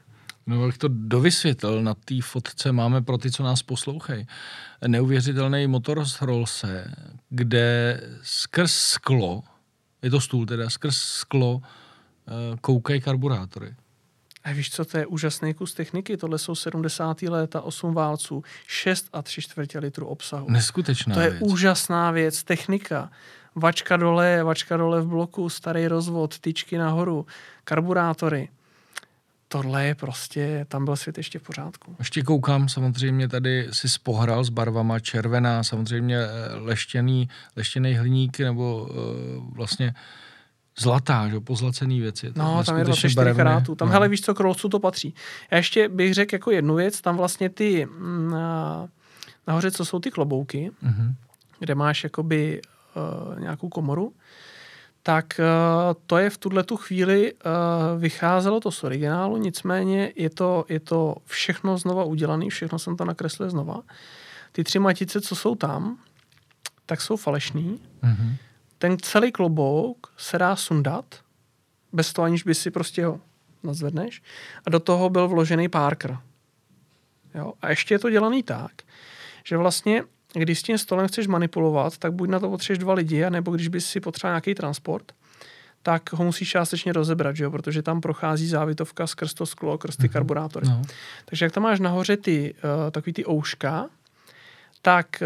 No, jak to dovysvětlil, na té fotce máme pro ty, co nás poslouchají, neuvěřitelný motor z Rollse, kde skrz sklo, je to stůl teda, skrz sklo koukají karburátory. A víš co, to je úžasný kus techniky, tohle jsou 70. léta, 8 válců, 6,75 litru obsahu. Neskutečná To je věc. úžasná věc, technika. Vačka dole v bloku, starý rozvod, tyčky nahoru, karburátory. Tohle je prostě, tam byl svět ještě v pořádku. Ještě koukám, samozřejmě tady si spohral s barvama, červená, samozřejmě leštěný hliník, nebo vlastně zlatá, že? Pozlacený věci. No, tam je 24 karátů. Tam, hele, víš co, k Rollsu to patří. Já ještě bych řekl jako jednu věc, tam vlastně ty, nahoře, co jsou ty klobouky, kde máš jakoby nějakou komoru, tak to je v tuhletu chvíli, vycházelo to z originálu, nicméně je to všechno znova udělané, všechno jsem to nakreslil znova. Ty 3 matice, co jsou tam, tak jsou falešný. Ten celý klobouk se dá sundat, bez toho, aniž by si prostě ho nazvedneš. A do toho byl vložený Parker. Jo? A ještě je to dělaný tak, že vlastně, když s tím stolem chceš manipulovat, tak buď na to potřebuješ 2 lidi, nebo když bys si potřeboval nějaký transport, tak ho musíš částečně rozebrat, že jo? Protože tam prochází závitovka skrz to sklo, skrz ty karburátory. No. Takže jak tam máš nahoře takový ty ouška, tak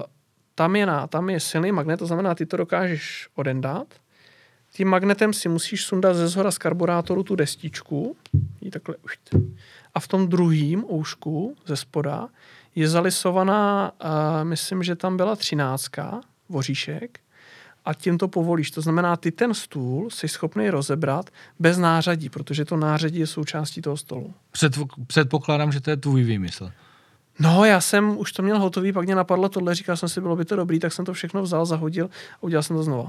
tam je silný magnet, to znamená, ty to dokážeš odendat. Tím magnetem si musíš sundat ze zhora z karburátoru tu destičku. A v tom druhým oušku ze spoda je zalisovaná, myslím, že tam byla 13 voříšek a tím to povolíš. To znamená, ty ten stůl jsi schopný rozebrat bez nářadí, protože to nářadí je součástí toho stolu. Předpokládám, že to je tvůj výmysl. No, já jsem už to měl hotový, pak mě napadlo tohle, říkal jsem si, bylo by to dobrý, tak jsem to všechno vzal, zahodil a udělal jsem to znova.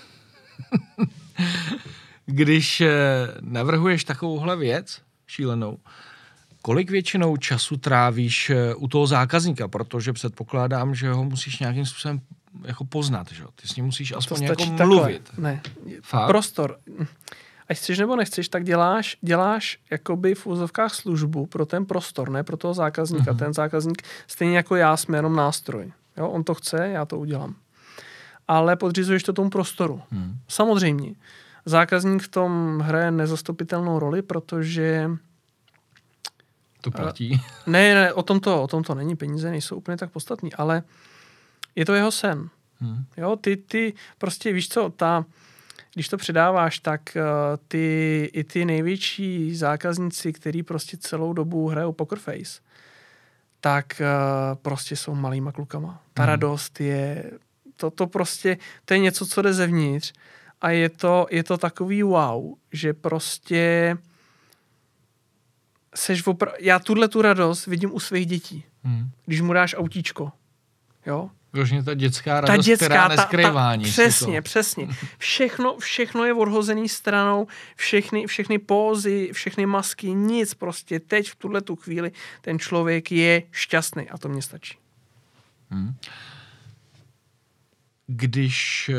Když navrhuješ takovouhle věc šílenou, kolik většinou času trávíš u toho zákazníka, protože předpokládám, že ho musíš nějakým způsobem jako poznat, že? Ty s ním musíš aspoň jako mluvit. Ne, fakt? Prostor. Ať chceš nebo nechceš, tak děláš jakoby v úzovkách službu pro ten prostor, ne pro toho zákazníka. Ten zákazník stejně jako já jsme jenom nástroj. Jo? On to chce, já to udělám. Ale podřizuješ to tomu prostoru. Samozřejmě. Zákazník v tom hraje nezastupitelnou roli, protože to platí. Ne, o tom to není, peníze nejsou úplně tak podstatný, ale je to jeho sen. Jo, ty prostě, víš co, když to předáváš, tak i ty největší zákazníci, který prostě celou dobu hrajou Poker Face, tak prostě jsou malýma klukama. Ta radost je, to prostě, to je něco, co jde zevnitř a je to takový wow, že prostě já tu radost vidím u svých dětí. Když mu dáš autíčko. Jo? Vlastně ta dětská radost, která neskrývání. Přesně. Všechno je odhozený stranou, všechny pózy, všechny masky, nic prostě. Teď v tuhletu chvíli ten člověk je šťastný a to mě stačí. Když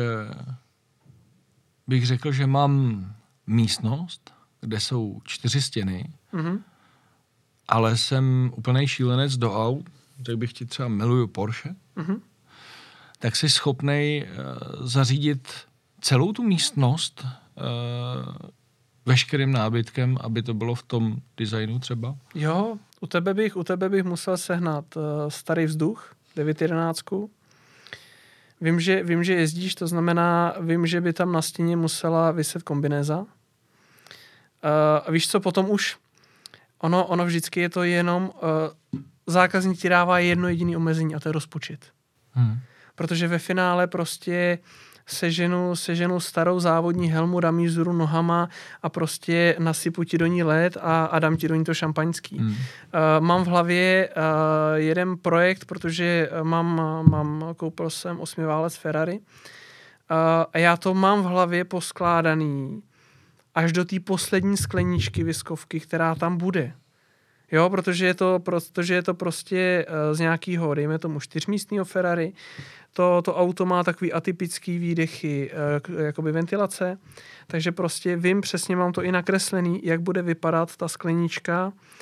bych řekl, že mám místnost, kde jsou 4 stěny, ale jsem úplnej šílenec do aut, tak bych ti třeba miluju Porsche, tak jsi schopnej zařídit celou tu místnost veškerým nábytkem, aby to bylo v tom designu třeba? Jo, u tebe bych musel sehnat starý vzduch, 911. Vím, že jezdíš, to znamená, vím, že by tam na stěně musela viset kombinéza. A víš co, potom už ono vždycky je to jenom zákazník ti dává jedno jediné omezení a to je rozpočet. Protože ve finále prostě seženu starou závodní helmu, dám jí vzhůru nohama a prostě nasypu ti do ní led a dám ti do ní to šampaňský. Mám v hlavě jeden projekt, protože koupil jsem 8válec Ferrari a já to mám v hlavě poskládaný až do té poslední skleničky viskovky, která tam bude. Jo, protože je to prostě z nějakého, dejme tomu 4místného Ferrari. To auto má takový atypický výdechy, jakoby ventilace, takže prostě vím přesně, mám to i nakreslený, jak bude vypadat ta sklenička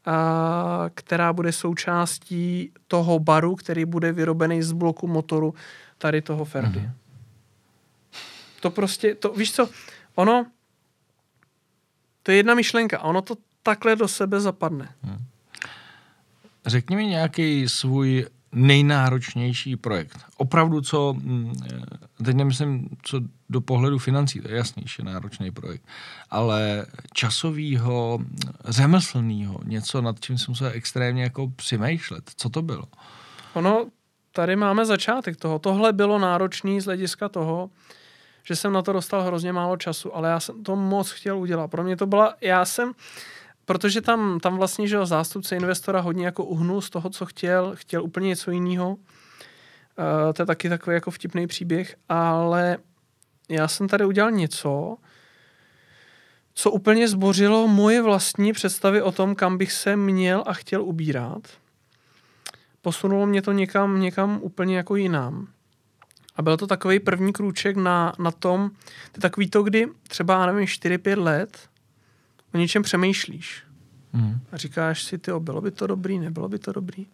která bude součástí toho baru, který bude vyrobený z bloku motoru tady toho Ferdy. To prostě, víš co, ono, to je jedna myšlenka, ono to takhle do sebe zapadne. Řekni mi nějaký svůj nejnáročnější projekt. Opravdu, teď nemyslím, co do pohledu financí, to je jasný, že je náročný projekt, ale časovýho, řemeslnýho, něco, nad čím jsem musel extrémně jako přemýšlet. Co to bylo? Ono, tady máme začátek toho. Tohle bylo náročný z hlediska toho, že jsem na to dostal hrozně málo času, ale já jsem to moc chtěl udělat. Pro mě to byla, protože tam vlastně, že zástupce investora hodně jako uhnul z toho, co chtěl úplně něco jiného. To je taky takový jako vtipný příběh, ale já jsem tady udělal něco, co úplně zbořilo moje vlastní představy o tom, kam bych se měl a chtěl ubírat. Posunulo mě to někam úplně jako jinam. A byl to takový první krůček na tom, to je takový to, kdy třeba, nevím, 4-5 let o něčem přemýšlíš. A říkáš si, bylo by to dobrý, nebylo by to dobrý.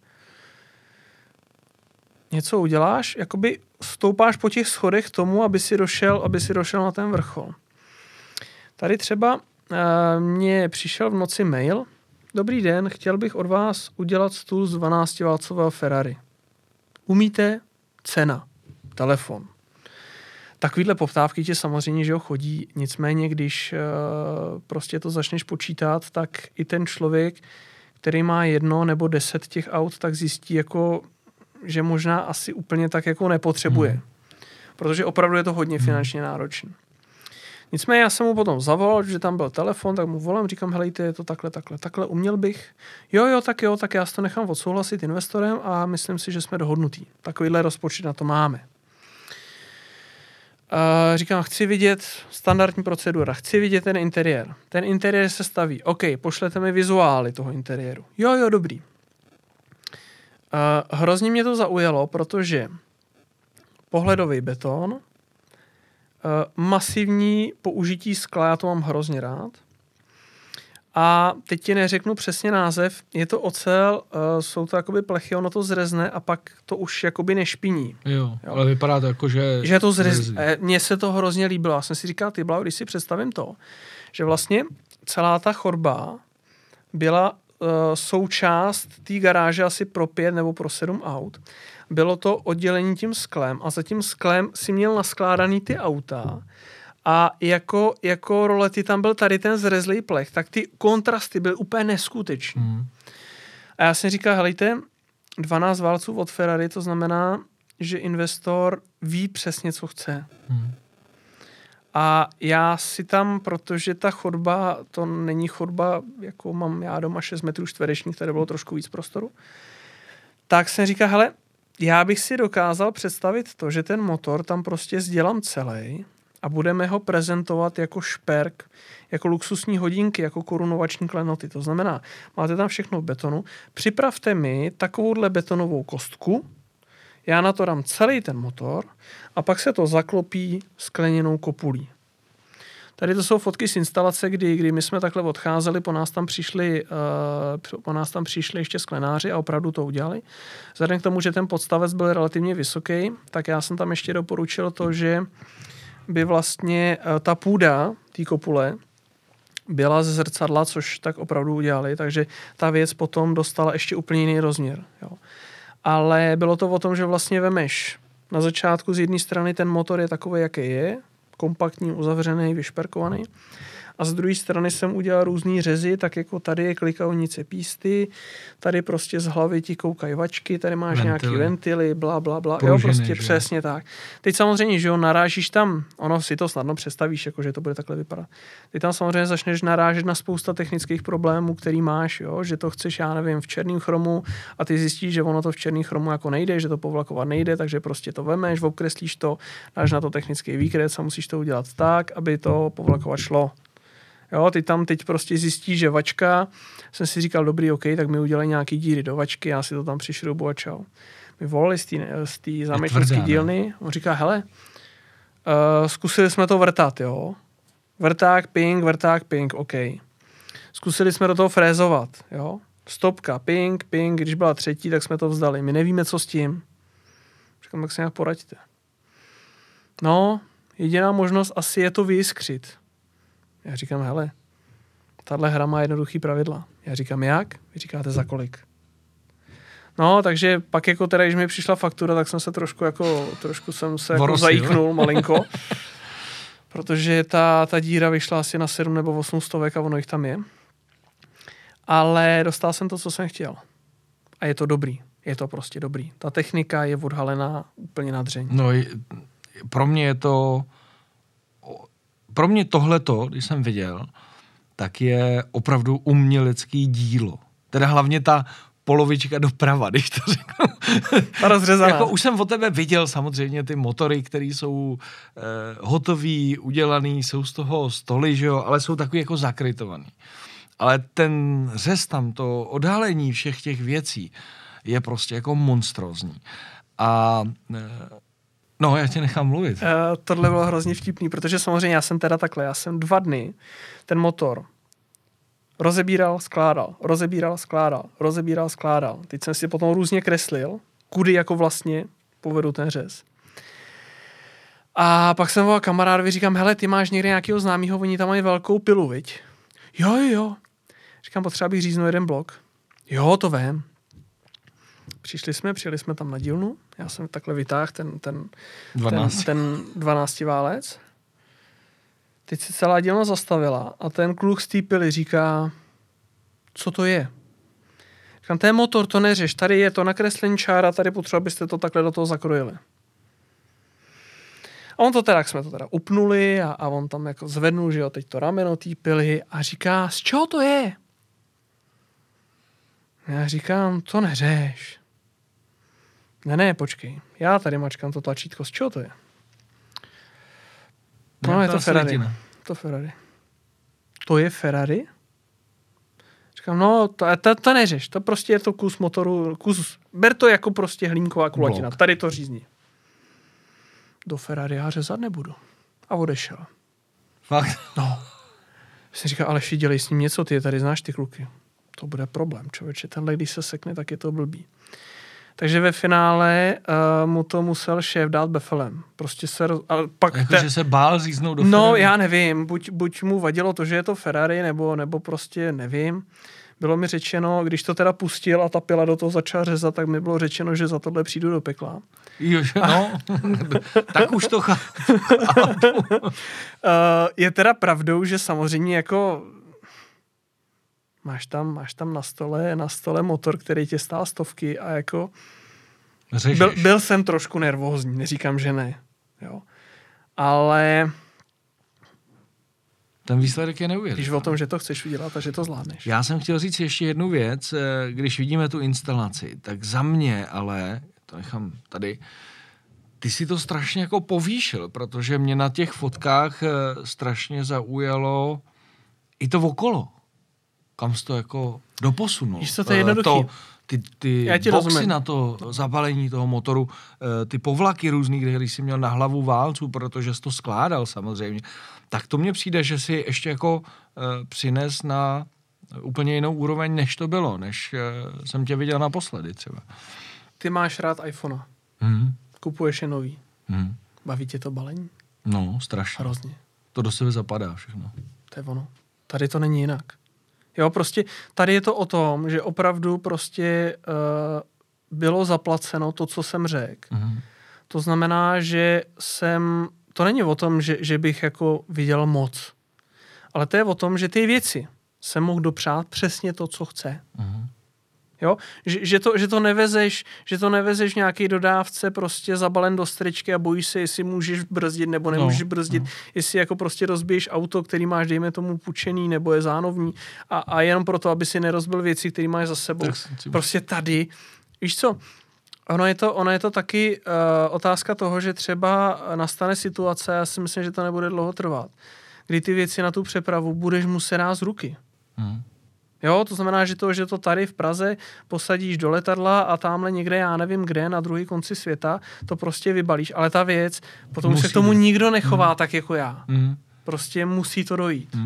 Něco uděláš, jakoby stoupáš po těch schodech k tomu, aby si došel na ten vrchol. Tady třeba mně přišel v noci mail. Dobrý den, chtěl bych od vás udělat stůl z 12válcového Ferrari. Umíte? Cena. Telefon. Takovýhle poptávky tě samozřejmě, že chodí, nicméně, když prostě to začneš počítat, tak i ten člověk, který má 1 nebo 10 těch aut, tak zjistí, jako, že možná asi úplně tak jako nepotřebuje. Protože opravdu je to hodně finančně náročné. Nicméně já jsem mu potom zavolal, že tam byl telefon, tak mu volám, říkám, helejte, je to takhle, uměl bych. Jo, tak já si to nechám odsouhlasit investorem a myslím si, že jsme dohodnutí. Takovýhle rozpočet na to máme. Říkám, chci vidět standardní procedura, chci vidět ten interiér. Ten interiér se staví. OK, pošlete mi vizuály toho interiéru. Jo, dobrý. Hrozně mě to zaujalo, protože pohledový beton, masivní použití skla, já to mám hrozně rád. A teď ti neřeknu přesně název, je to ocel, jsou to jakoby plechy, ono to zrezne a pak to už jakoby nešpiní. Jo. Ale vypadá to jako, že to zrezí. Mně se to hrozně líbilo. Já jsem si říkal, když si představím to, že vlastně celá ta chodba byla součást té garáže asi pro 5 nebo pro 7 aut. Bylo to oddělení tím sklem a za tím sklem si měl naskládaný ty auta a jako rolety tam byl tady ten zrezlý plech, tak ty kontrasty byly úplně neskutečný. A já jsem říkal, helejte, 12 válců od Ferrari, to znamená, že investor ví přesně, co chce. A já si tam, protože ta chodba, to není chodba, jako mám já doma 6 metrů čtverečních, tady bylo trošku víc prostoru, tak jsem říkal, hele, já bych si dokázal představit to, že ten motor tam prostě sdělám celý a budeme ho prezentovat jako šperk, jako luxusní hodinky, jako korunovační klenoty. To znamená, máte tam všechno v betonu, připravte mi takovouhle betonovou kostku, já na to dám celý ten motor a pak se to zaklopí skleněnou kopulí. Tady to jsou fotky z instalace, kdy my jsme takhle odcházeli, po nás tam přišli ještě sklenáři a opravdu to udělali. Vzhledem k tomu, že ten podstavec byl relativně vysoký, tak já jsem tam ještě doporučil to, že by vlastně ta půda té kopule byla ze zrcadla, což tak opravdu udělali, takže ta věc potom dostala ještě úplně jiný rozměr. Jo. Ale bylo to o tom, že vlastně vemeš na začátku z jedné strany ten motor je takový, jaký je, kompaktní, uzavřený, vyšperkovaný. A z druhé strany jsem udělal různý řezy, tak jako tady je klikavnice písty, tady prostě z hlavy ti koukají vačky, tady máš nějaký ventily, bla, bla, bla. Pružiny, jo, prostě přesně tak. Teď samozřejmě, že jo, narážíš tam, ono si to snadno představíš, jako že to bude takhle vypadat. Ty tam samozřejmě začneš narážet na spousta technických problémů, který máš, jo, že to chceš, já nevím, v černém chromu a ty zjistíš, že ono to v černém chromu jako nejde, že to povlakovat nejde, takže prostě to vemeš, obkreslíš to, dáš na to technický výkres a musíš to udělat tak, aby to povlakovat šlo. Jo, ty tam teď prostě zjistíš, že vačka, jsem si říkal, dobrý, OK, tak mi udělají nějaký díry do vačky, já si to tam přišroubu a čau. My volali z té zámečnické dílny, on říká, hele, zkusili jsme to vrtat, jo. Vrták, ping, OK. Zkusili jsme do toho frézovat, jo. Stopka, ping, když byla 3, tak jsme to vzdali. My nevíme, co s tím. Říkám, tak se nějak poraďte. No, jediná možnost asi je to vyjiskřit. Já říkám, hele, tahle hra má jednoduchý pravidla. Já říkám, jak? Vy říkáte, za kolik? No, takže pak jako teda, když mi přišla faktura, tak jsem se trošku jsem se jako zajíknul malinko. Protože ta díra vyšla asi na 7 nebo 8 stovek a ono jich tam je. Ale dostal jsem to, co jsem chtěl. A je to dobrý. Je to prostě dobrý. Ta technika je odhalená úplně na dřeň. No, pro mě tohleto, když jsem viděl, tak je opravdu umělecký dílo. Teda hlavně ta polovička doprava, když to řeknu. Ta rozřezaná. Jako už jsem od tebe viděl samozřejmě ty motory, které jsou hotový, udělaný, jsou z toho stoly, že jo, ale jsou takový jako zakrytovaný. Ale ten řez tam, to odhalení všech těch věcí je prostě jako monstrózní. A no, já tě nechám mluvit. Tohle bylo hrozně vtipný, protože samozřejmě já jsem 2 dny ten motor rozebíral, skládal. Teď jsem si potom různě kreslil, kudy jako vlastně povedu ten řez. A pak jsem volal kamarádovi, říkám, hele, ty máš někde nějakého známýho, oni tam mají velkou pilu, viď? Jo. Říkám, potřeba bych říznul jeden blok. Jo, to vím. Přijeli jsme tam na dílnu, já jsem takhle vytáhl ten 12 válec. Teď se celá dílna zastavila a ten kluk z té pily říká, co to je? Říkám, to je motor, to neřeš, tady je to nakreslení čára, tady potřeba, abyste to takhle do toho zakrojili. A jsme to teda upnuli a on tam jako zvednul, že jo, teď to rameno té pily a říká, z čeho to je? Já říkám, to neřeš. Ne, počkej, já tady mačkám to tlačítko, z čeho to je? No, je to Ferrari. To je Ferrari? Říkám, no, to neřeš, to prostě je to kus motoru, ber to jako prostě hlínková kulatina, tady to řízni. Do Ferrari já řezat nebudu. A odešel. Fakt? No. Jsem říkal, Aleši, dělej s ním něco, ty je tady znáš ty kluky. To bude problém, člověče, tenhle, když se sekne, tak je to blbý. Takže ve finále mu to musel šéf dát befelem. Prostě se... Že se bál říznout do Ferrari? No, já nevím. Buď mu vadilo to, že je to Ferrari, nebo prostě nevím. Bylo mi řečeno, když to teda pustil a ta pila do toho začala řezat, tak mi bylo řečeno, že za tohle přijdu do pekla. Jože, no. Tak už to je teda pravdou, že samozřejmě jako máš tam na stole motor, který tě stál 100 a jako byl jsem trošku nervózní, neříkám, že ne. Jo. Ale ten výsledek je neuvěřitelný. Když o tom, že to chceš udělat a že to zvládneš. Já jsem chtěl říct ještě jednu věc, když vidíme tu instalaci, tak za mě, ale to nechám tady, ty si to strašně jako povýšil, protože mě na těch fotkách strašně zaujalo i to okolo. Kam jsi to jako doposunul. Víš, co to je jednoduchý. Ty boxy na to zabalení toho motoru, ty povlaky různý, když jsi měl na hlavu válců, protože jsi to skládal samozřejmě, tak to mně přijde, že si ještě jako přines na úplně jinou úroveň, než to bylo, než jsem tě viděl naposledy třeba. Ty máš rád iPhone. Kupuješ je nový. Baví tě to balení? No, strašně. Hrozně. To do sebe zapadá všechno. To je ono. Tady to není jinak. Jo, prostě tady je to o tom, že opravdu prostě bylo zaplaceno to, co jsem řekl. To znamená, že to není o tom, že bych jako viděl moc. Ale to je o tom, že ty věci jsem mohl dopřát přesně to, co chce. Jo? Že to nevezeš nějaký dodávce prostě zabalen do stričky a bojíš se, jestli můžeš brzdit nebo nemůžeš brzdit, jestli jako prostě rozbiješ auto, který máš, dejme tomu, půjčený nebo je zánovní a jenom proto, aby si nerozbil věci, které máš za sebou. Prostě tady, víš co, ono je to taky otázka toho, že třeba nastane situace, já si myslím, že to nebude dlouho trvat, kdy ty věci na tu přepravu budeš muset dát z ruky. Jo, to znamená, že to tady v Praze posadíš do letadla a tamhle někde, já nevím kde, na druhý konci světa, to prostě vybalíš. Ale ta věc, potom se k tomu nikdo nechová tak jako já. Prostě musí to dojít.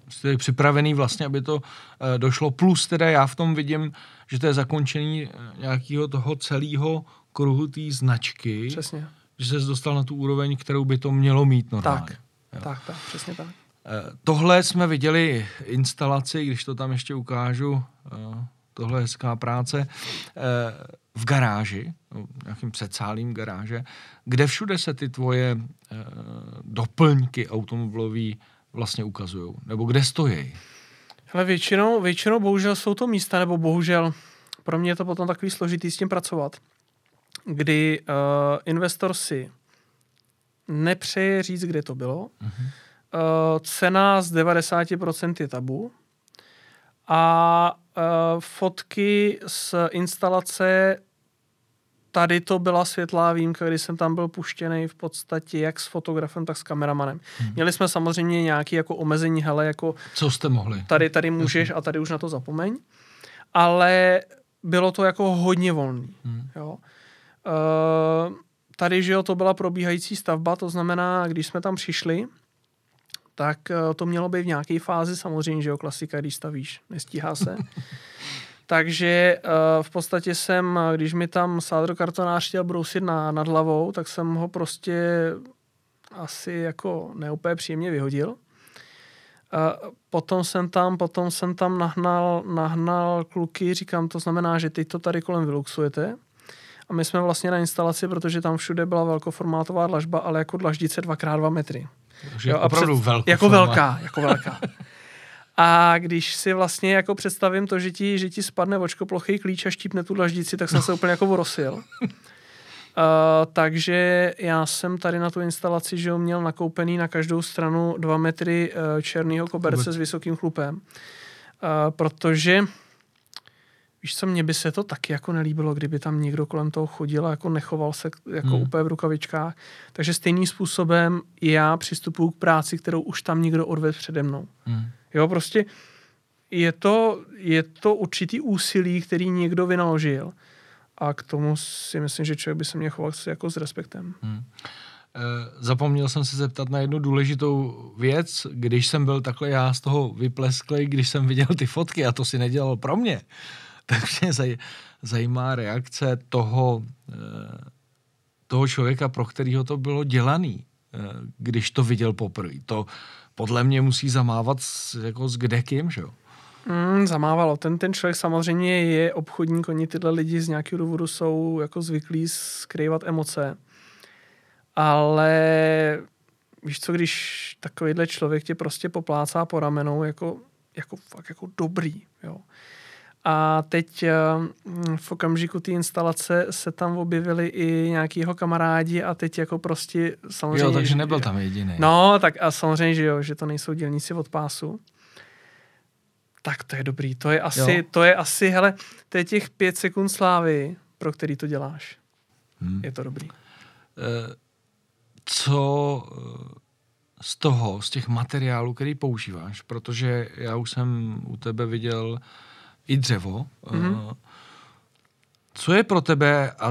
Jste připravený vlastně, aby to došlo. Plus teda já v tom vidím, že to je zakončení nějakého toho celého kruhu té značky. Přesně. Že ses dostal na tu úroveň, kterou by to mělo mít normálně. Tak, přesně tak. Tohle jsme viděli instalaci, když to tam ještě ukážu, tohle je hezká práce, v garáži, nějakým předsálím garáže, kde všude se ty tvoje doplňky automobilový vlastně ukazujou? Nebo kde stojí? Ale většinou bohužel jsou to místa, nebo bohužel pro mě je to potom takový složitý s tím pracovat, kdy investor si nepřeje říct, kde to bylo. Cena z 90% je tabu a fotky z instalace, tady to byla světlá výjimka, kdy jsem tam byl puštěný v podstatě jak s fotografem, tak s kameramanem. Měli jsme samozřejmě nějaké jako omezení, hele, jako co jste mohli? Tady můžeš a tady už na to zapomeň. Ale bylo to jako hodně volný. Jo. Tady, že jo, to byla probíhající stavba, to znamená, když jsme tam přišli, tak to mělo být v nějaké fázi, samozřejmě, že jo, klasika, když stavíš, nestíhá se. Takže v podstatě jsem, když mi tam sádrokartonář chtěl brousit nad hlavou, tak jsem ho prostě asi jako neúplně příjemně vyhodil. Potom jsem tam nahnal kluky, říkám, to znamená, že teď to tady kolem vyluxujete. A my jsme vlastně na instalaci, protože tam všude byla velkoformátová dlažba, ale jako dlaždice 2x2 metry. Takže jo, opravdu jako velká. A když si vlastně jako představím to, že ti spadne očkoplochý klíč a štípne tu dlaždici, tak jsem se úplně jako orosil. Takže já jsem tady na tu instalaci, že měl nakoupený na každou stranu 2 metry černého koberce s vysokým chlupem. Protože víš co, mně by se to taky jako nelíbilo, kdyby tam někdo kolem toho chodil a jako nechoval se jako úplně v rukavičkách. Takže stejným způsobem já přistupuju k práci, kterou už tam někdo odvedl přede mnou. Jo, prostě je to určitý úsilí, který někdo vynaložil. A k tomu si myslím, že člověk by se měl chovat jako s respektem. Zapomněl jsem se zeptat na jednu důležitou věc, když jsem byl takhle já z toho vyplesklej, když jsem viděl ty fotky a to si nedělal pro mě, tak mě zajímá reakce toho člověka, pro kterého to bylo dělaný, když to viděl poprvé. To podle mě musí zamávat jako s kdekým, že jo? Zamávalo. Ten člověk samozřejmě je obchodník, oni tyhle lidi z nějakého důvodu jsou jako zvyklí skrývat emoce. Ale víš co, když takovýhle člověk tě prostě poplácá po ramenou jako fakt jako dobrý, jo. A teď v okamžiku té instalace se tam objevili i nějaký jeho kamarádi a teď jako prostě samozřejmě... Jo, takže nebyl tam jediný. No, tak a samozřejmě, že jo, že to nejsou dělníci od pásu. Tak to je dobrý. To je asi, hele, to je těch 5 sekund slávy, pro který to děláš. Je to dobrý. Co z těch materiálů, který používáš, protože já už jsem u tebe viděl i dřevo. Co je pro tebe a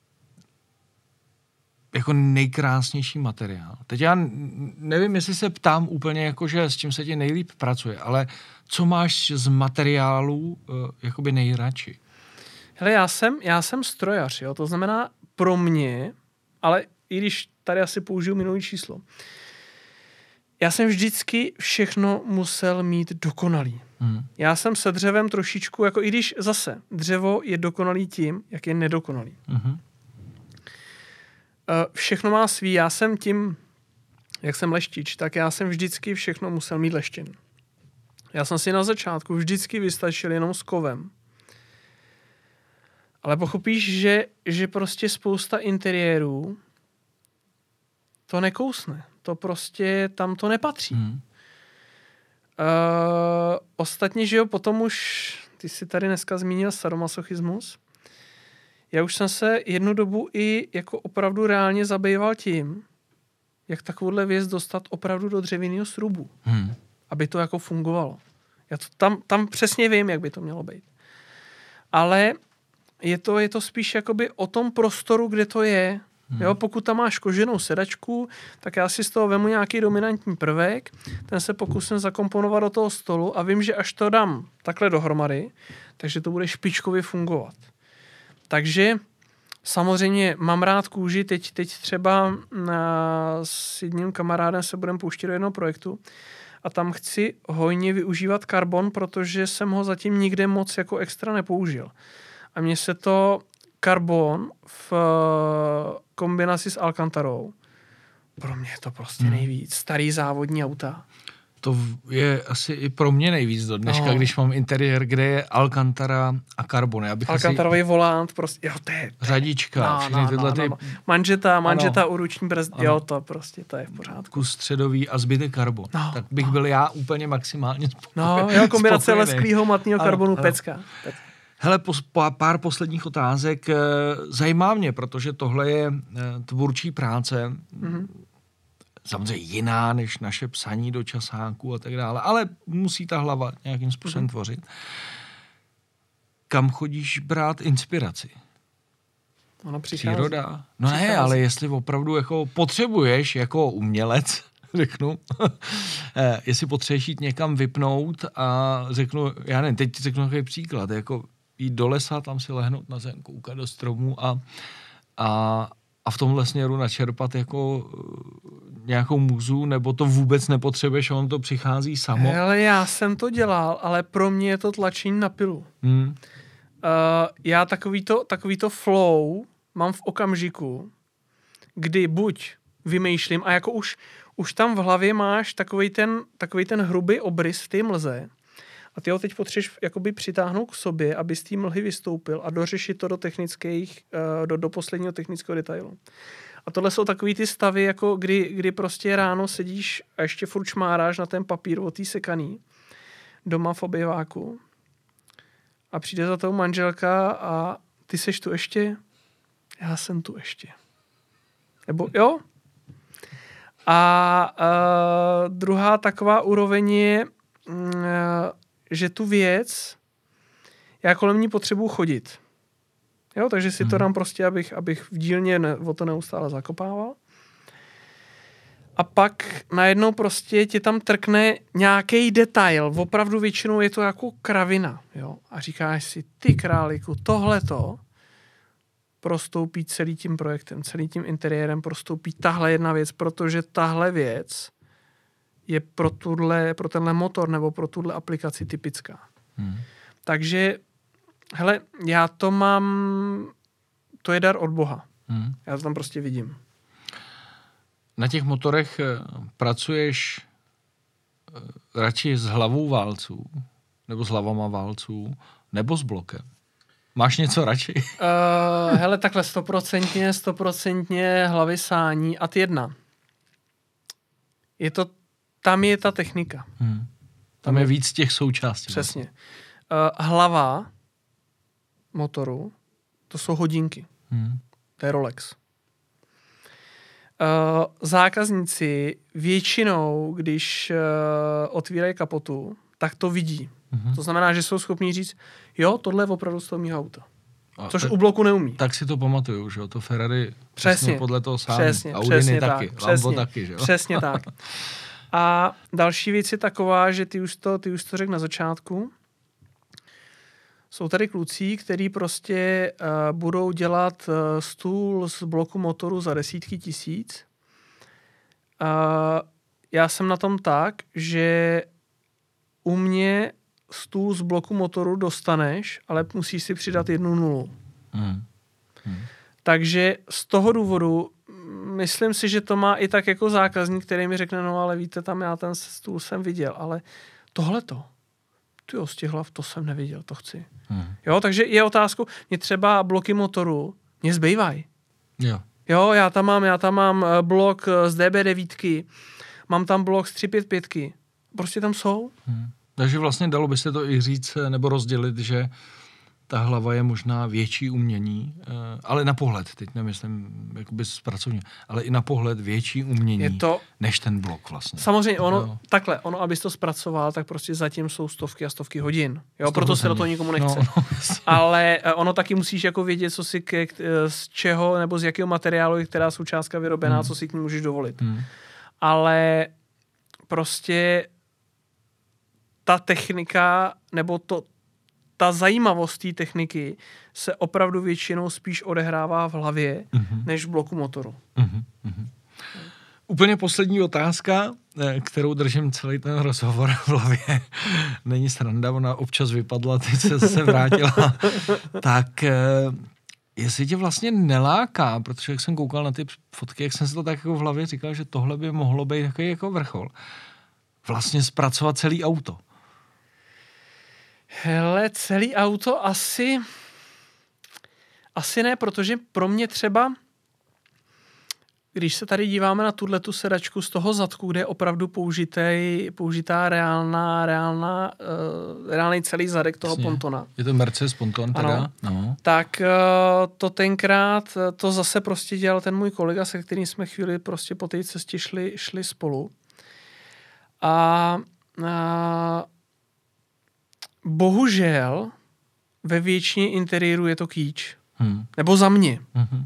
jako nejkrásnější materiál? Teď já nevím, jestli se ptám úplně jakože s čím se ti nejlíp pracuje, ale co máš z materiálů jakoby nejradši? Hele, já jsem strojař, jo, to znamená pro mě, ale i když tady asi použiju minulý číslo, já jsem vždycky všechno musel mít dokonalý. Já jsem se dřevem trošičku, jako i když zase dřevo je dokonalý tím, jak je nedokonalý. Všechno má svý. Já jsem tím, jak jsem leštič, tak já jsem vždycky všechno musel mít leštěn. Já jsem si na začátku vždycky vystačil jenom s kovem. Ale pochopíš, že prostě spousta interiérů to nekousne. To prostě tam to nepatří. Ostatně, že jo, potom už, ty jsi tady dneska zmínil sadomasochismus. Já už jsem se jednu dobu i jako opravdu reálně zabýval tím, jak takovouhle věc dostat opravdu do dřevěného srubu. Aby to jako fungovalo. Já to tam přesně vím, jak by to mělo být. Ale je to spíš jakoby o tom prostoru, kde to je. Jo, pokud tam máš koženou sedačku, tak já si z toho vemu nějaký dominantní prvek, ten se pokusím zakomponovat do toho stolu a vím, že až to dám takhle dohromady, takže to bude špičkově fungovat. Takže samozřejmě mám rád kůži, teď třeba s jedním kamarádem se budeme pouštět do jednoho projektu a tam chci hojně využívat karbon, protože jsem ho zatím nikde moc jako extra nepoužil. A mně se to karbon v kombinaci s Alcantarou, pro mě je to prostě nejvíc. Starý závodní auta. To je asi i pro mě nejvíc do dneška, když mám interiér, kde je Alcantara a karbon. Alcantarový volant, prostě, jo, to je... Řadička, všechny tyhle ty... Manžeta, uruční brzd, jo, to prostě, to je v pořádku. Středový a zbytek karbon. Tak bych byl já úplně maximálně spokojený. No, jo, kombinace lesklýho matného karbonu, pecka. Hele, pár posledních otázek. Zajímá mě, protože tohle je tvůrčí práce, samozřejmě jiná než naše psaní do časáků a tak dále, ale musí ta hlava nějakým způsobem tvořit. Kam chodíš brát inspiraci? Ona přichází. Příroda? No ne, ale jestli opravdu jako potřebuješ jako umělec, řeknu, jestli potřebuješ jít někam vypnout a řeknu, já nevím, teď řeknu takový příklad, jako jít do lesa, tam si lehnout na zem, koukat do stromů a v tomhle směru načerpat jako nějakou muzu, nebo to vůbec nepotřebuješ, on to přichází samo? Ale já jsem to dělal, ale pro mě je to tlačení na pilu. Já takovýto flow mám v okamžiku, kdy buď vymýšlím a jako už tam v hlavě máš takový ten hrubý obrys v té mlze a ty ho teď potřebuješ jakoby přitáhnout k sobě, aby z té mlhy vystoupil a dořešit to do posledního technického detailu. A tohle jsou takový ty stavy, jako kdy prostě ráno sedíš a ještě furt šmáráš na ten papír od té sekaný doma v obýváku a přijde za tou manželka a ty seš tu ještě? Já jsem tu ještě. Nebo jo? A druhá taková úroveň je, že tu věc, já kolem ní potřebuji chodit. Jo, takže si to dám prostě, abych v dílně o to neustále zakopával. A pak najednou prostě ti tam trkne nějaký detail. Opravdu většinou je to jako kravina. Jo? A říkáš si, ty králíku, tohleto prostoupí celý tím projektem, celý tím interiérem prostoupí tahle jedna věc, protože tahle věc je pro tenhle motor nebo pro tuhle aplikaci typická. Takže hele, já to mám, to je dar od Boha. Já to tam prostě vidím. Na těch motorech pracuješ radši s hlavou válců, nebo s hlavama válců, nebo s blokem? Máš něco radši? Hele, takhle 100% hlavy sání a ty jedna. Tam je ta technika. Tam je víc těch součástí. Přesně. Hlava motoru, to jsou hodinky. To je Rolex. Zákazníci většinou, když otvírají kapotu, tak to vidí. To znamená, že jsou schopní říct, jo, tohle je opravdu z toho mýho auta. Což u bloku neumí. Tak si to pamatuju, že jo, to Ferrari přesně podle toho sám. Přesně, Audiny taky, tak, Lambo taky, že jo. Přesně tak. A další věc je taková, že ty už to řekl na začátku. Jsou tady kluci, kteří prostě budou dělat stůl z bloku motoru za desítky tisíc. Já jsem na tom tak, že u mě stůl z bloku motoru dostaneš, ale musíš si přidat 1 nulu. Takže z toho důvodu myslím si, že to má i tak jako zákazník, který mi řekne, no ale víte, tam já ten stůl jsem viděl, ale tohleto, tyjo, z těch hlav, to jsem neviděl, to chci. Jo, takže je otázku, mě třeba bloky motoru, mě zbývají. Jo, já tam mám blok z DB9, mám tam blok z 355, prostě tam jsou. Takže vlastně dalo by se to i říct, nebo rozdělit, že ta hlava je možná větší umění, ale na pohled, teď nemyslím jakoby pracovně, ale i na pohled větší umění, než ten blok vlastně. Samozřejmě, ono, abys to zpracoval, tak prostě zatím jsou stovky a stovky hodin. Jo, proto se do toho nikomu nechce. Ale ono taky musíš jako vědět, co si z čeho nebo z jakého materiálu je která součástka vyrobená, co si k ní můžeš dovolit. Ale prostě ta technika, nebo ta zajímavost té techniky se opravdu většinou spíš odehrává v hlavě, než v bloku motoru. Úplně poslední otázka, kterou držím celý ten rozhovor v hlavě. Není sranda, ona občas vypadla, teď se vrátila. Tak jestli tě vlastně neláká, protože jak jsem koukal na ty fotky, jak jsem si to tak jako v hlavě říkal, že tohle by mohlo být takový jako vrchol. Vlastně zpracovat celý auto. Hele, celý auto asi ne, protože pro mě třeba, když se tady díváme na tuhletu sedačku z toho zadku, kde je opravdu použitá reálný celý zadek toho pontona. Je to Mercedes ponton teda? Ano. No. Tak to tenkrát, to zase prostě dělal ten můj kolega, se kterým jsme chvíli prostě po té cestě šli spolu. A bohužel ve většině interiéru je to kýč. Nebo za mě.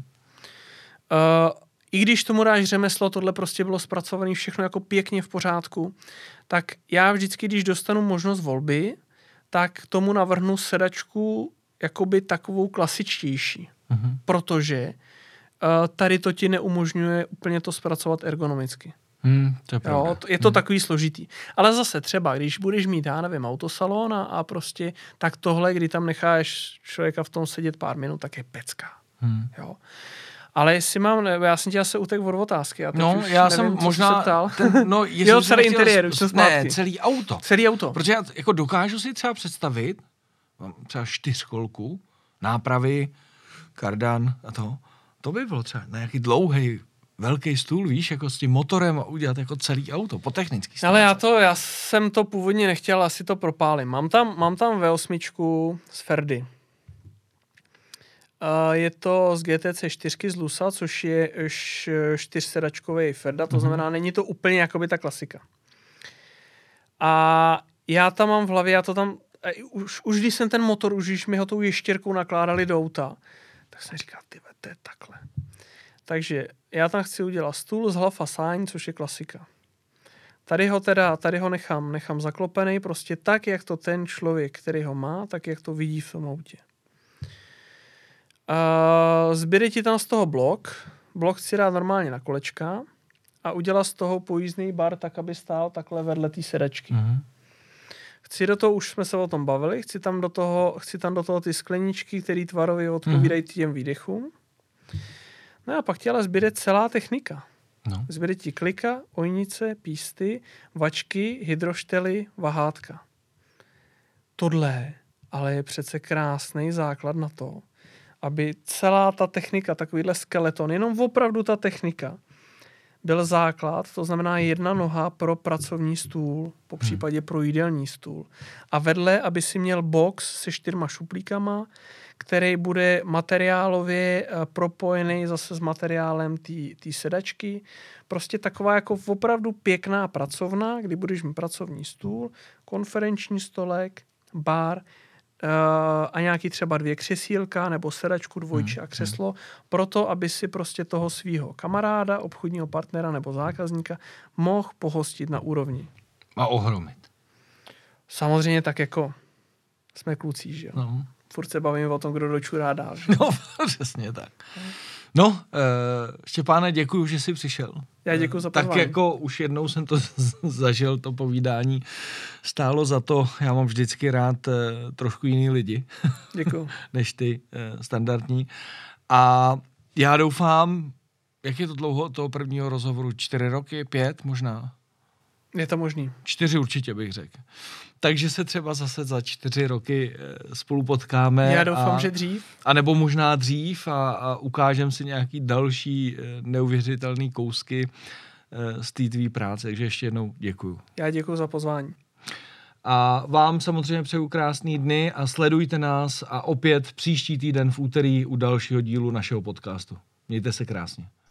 I když tomu dáš řemeslo, tohle prostě bylo zpracované všechno jako pěkně v pořádku, tak já vždycky, když dostanu možnost volby, tak tomu navrhnu sedačku jakoby takovou klasičtější. Protože tady to ti neumožňuje úplně to zpracovat ergonomicky. To je pravda. Jo, je to takový složitý. Ale zase třeba, když budeš mít, já nevím, autosalon a prostě tak tohle, kdy tam necháš člověka v tom sedět pár minut, tak je pecka. Jo. Ale jestli já jsem ti asi utekl od otázky. Já jsem možná... celý interiér, už jsem zpátky. Ne, celý auto. Celý auto. Protože já jako dokážu si třeba představit, třeba 4kolku, nápravy, kardan a to by bylo třeba nějaký dlouhý velký stůl, víš, jako s tím motorem a udělat jako celý auto, po technický stránce. Ale já jsem to původně nechtěl, asi to propálím. Mám tam V8 z Ferdy. Je to z GTC 4 z Lusa, což je čtyřsedačkový Ferda, to znamená, není to úplně jakoby ta klasika. A já tam mám v hlavě, já to tam, už když jsem ten motor, už když mi ho tou ještěrkou nakládali do auta, tak jsem říkal, to je takhle. Takže já tam chci udělat stůl z hlav a sáň, což je klasika. Tady ho nechám zaklopený, prostě tak, jak to ten člověk, který ho má, tak, jak to vidí v tom autě. Zbyde ti tam z toho blok chci dát normálně na kolečka a udělat z toho pojízdný bar tak, aby stál takhle vedle té sedačky. Chci do toho, už jsme se o tom bavili, chci tam do toho ty skleničky, které tvarově odpovídají těm výdechům. No a pak ti ale zbyde celá technika. Zbyde ti klika, ojnice, písty, vačky, hydroštely, vahátka. Tohle ale je přece krásný základ na to, aby celá ta technika, takovýhle skeleton, jenom opravdu ta technika, byl základ, to znamená jedna noha pro pracovní stůl, po případě pro jídelní stůl. A vedle, aby si měl box se 4 šuplíkama, který bude materiálově propojený zase s materiálem té sedačky. Prostě taková jako opravdu pěkná pracovna, kdy budeš mít pracovní stůl, konferenční stolek, bar, a nějaký třeba 2 křesílka nebo sedačku, dvojče a křeslo, proto, aby si prostě toho svýho kamaráda, obchodního partnera nebo zákazníka mohl pohostit na úrovni. A ohromit. Samozřejmě tak jako jsme kluci, že jo. No. Furt se bavíme o tom, kdo dočurá dál. Že? No, přesně tak. No, Štěpáne, děkuju, že jsi přišel. Já děkuju za pozvání. Tak jako už jednou jsem to zažil, to povídání. Stálo za to, já mám vždycky rád trošku jiný lidi. Děkuju. Než ty standardní. A já doufám, jak je to dlouho toho prvního rozhovoru? 4 roky, 5 možná? Je to možný. 4 určitě bych řekl. Takže se třeba zase za 4 roky spolu potkáme. Já doufám, že dřív. A nebo možná dřív a ukážem si nějaký další neuvěřitelný kousky z té tvý práce. Takže ještě jednou děkuju. Já děkuju za pozvání. A vám samozřejmě přeju krásný dny a sledujte nás a opět příští týden v úterý u dalšího dílu našeho podcastu. Mějte se krásně.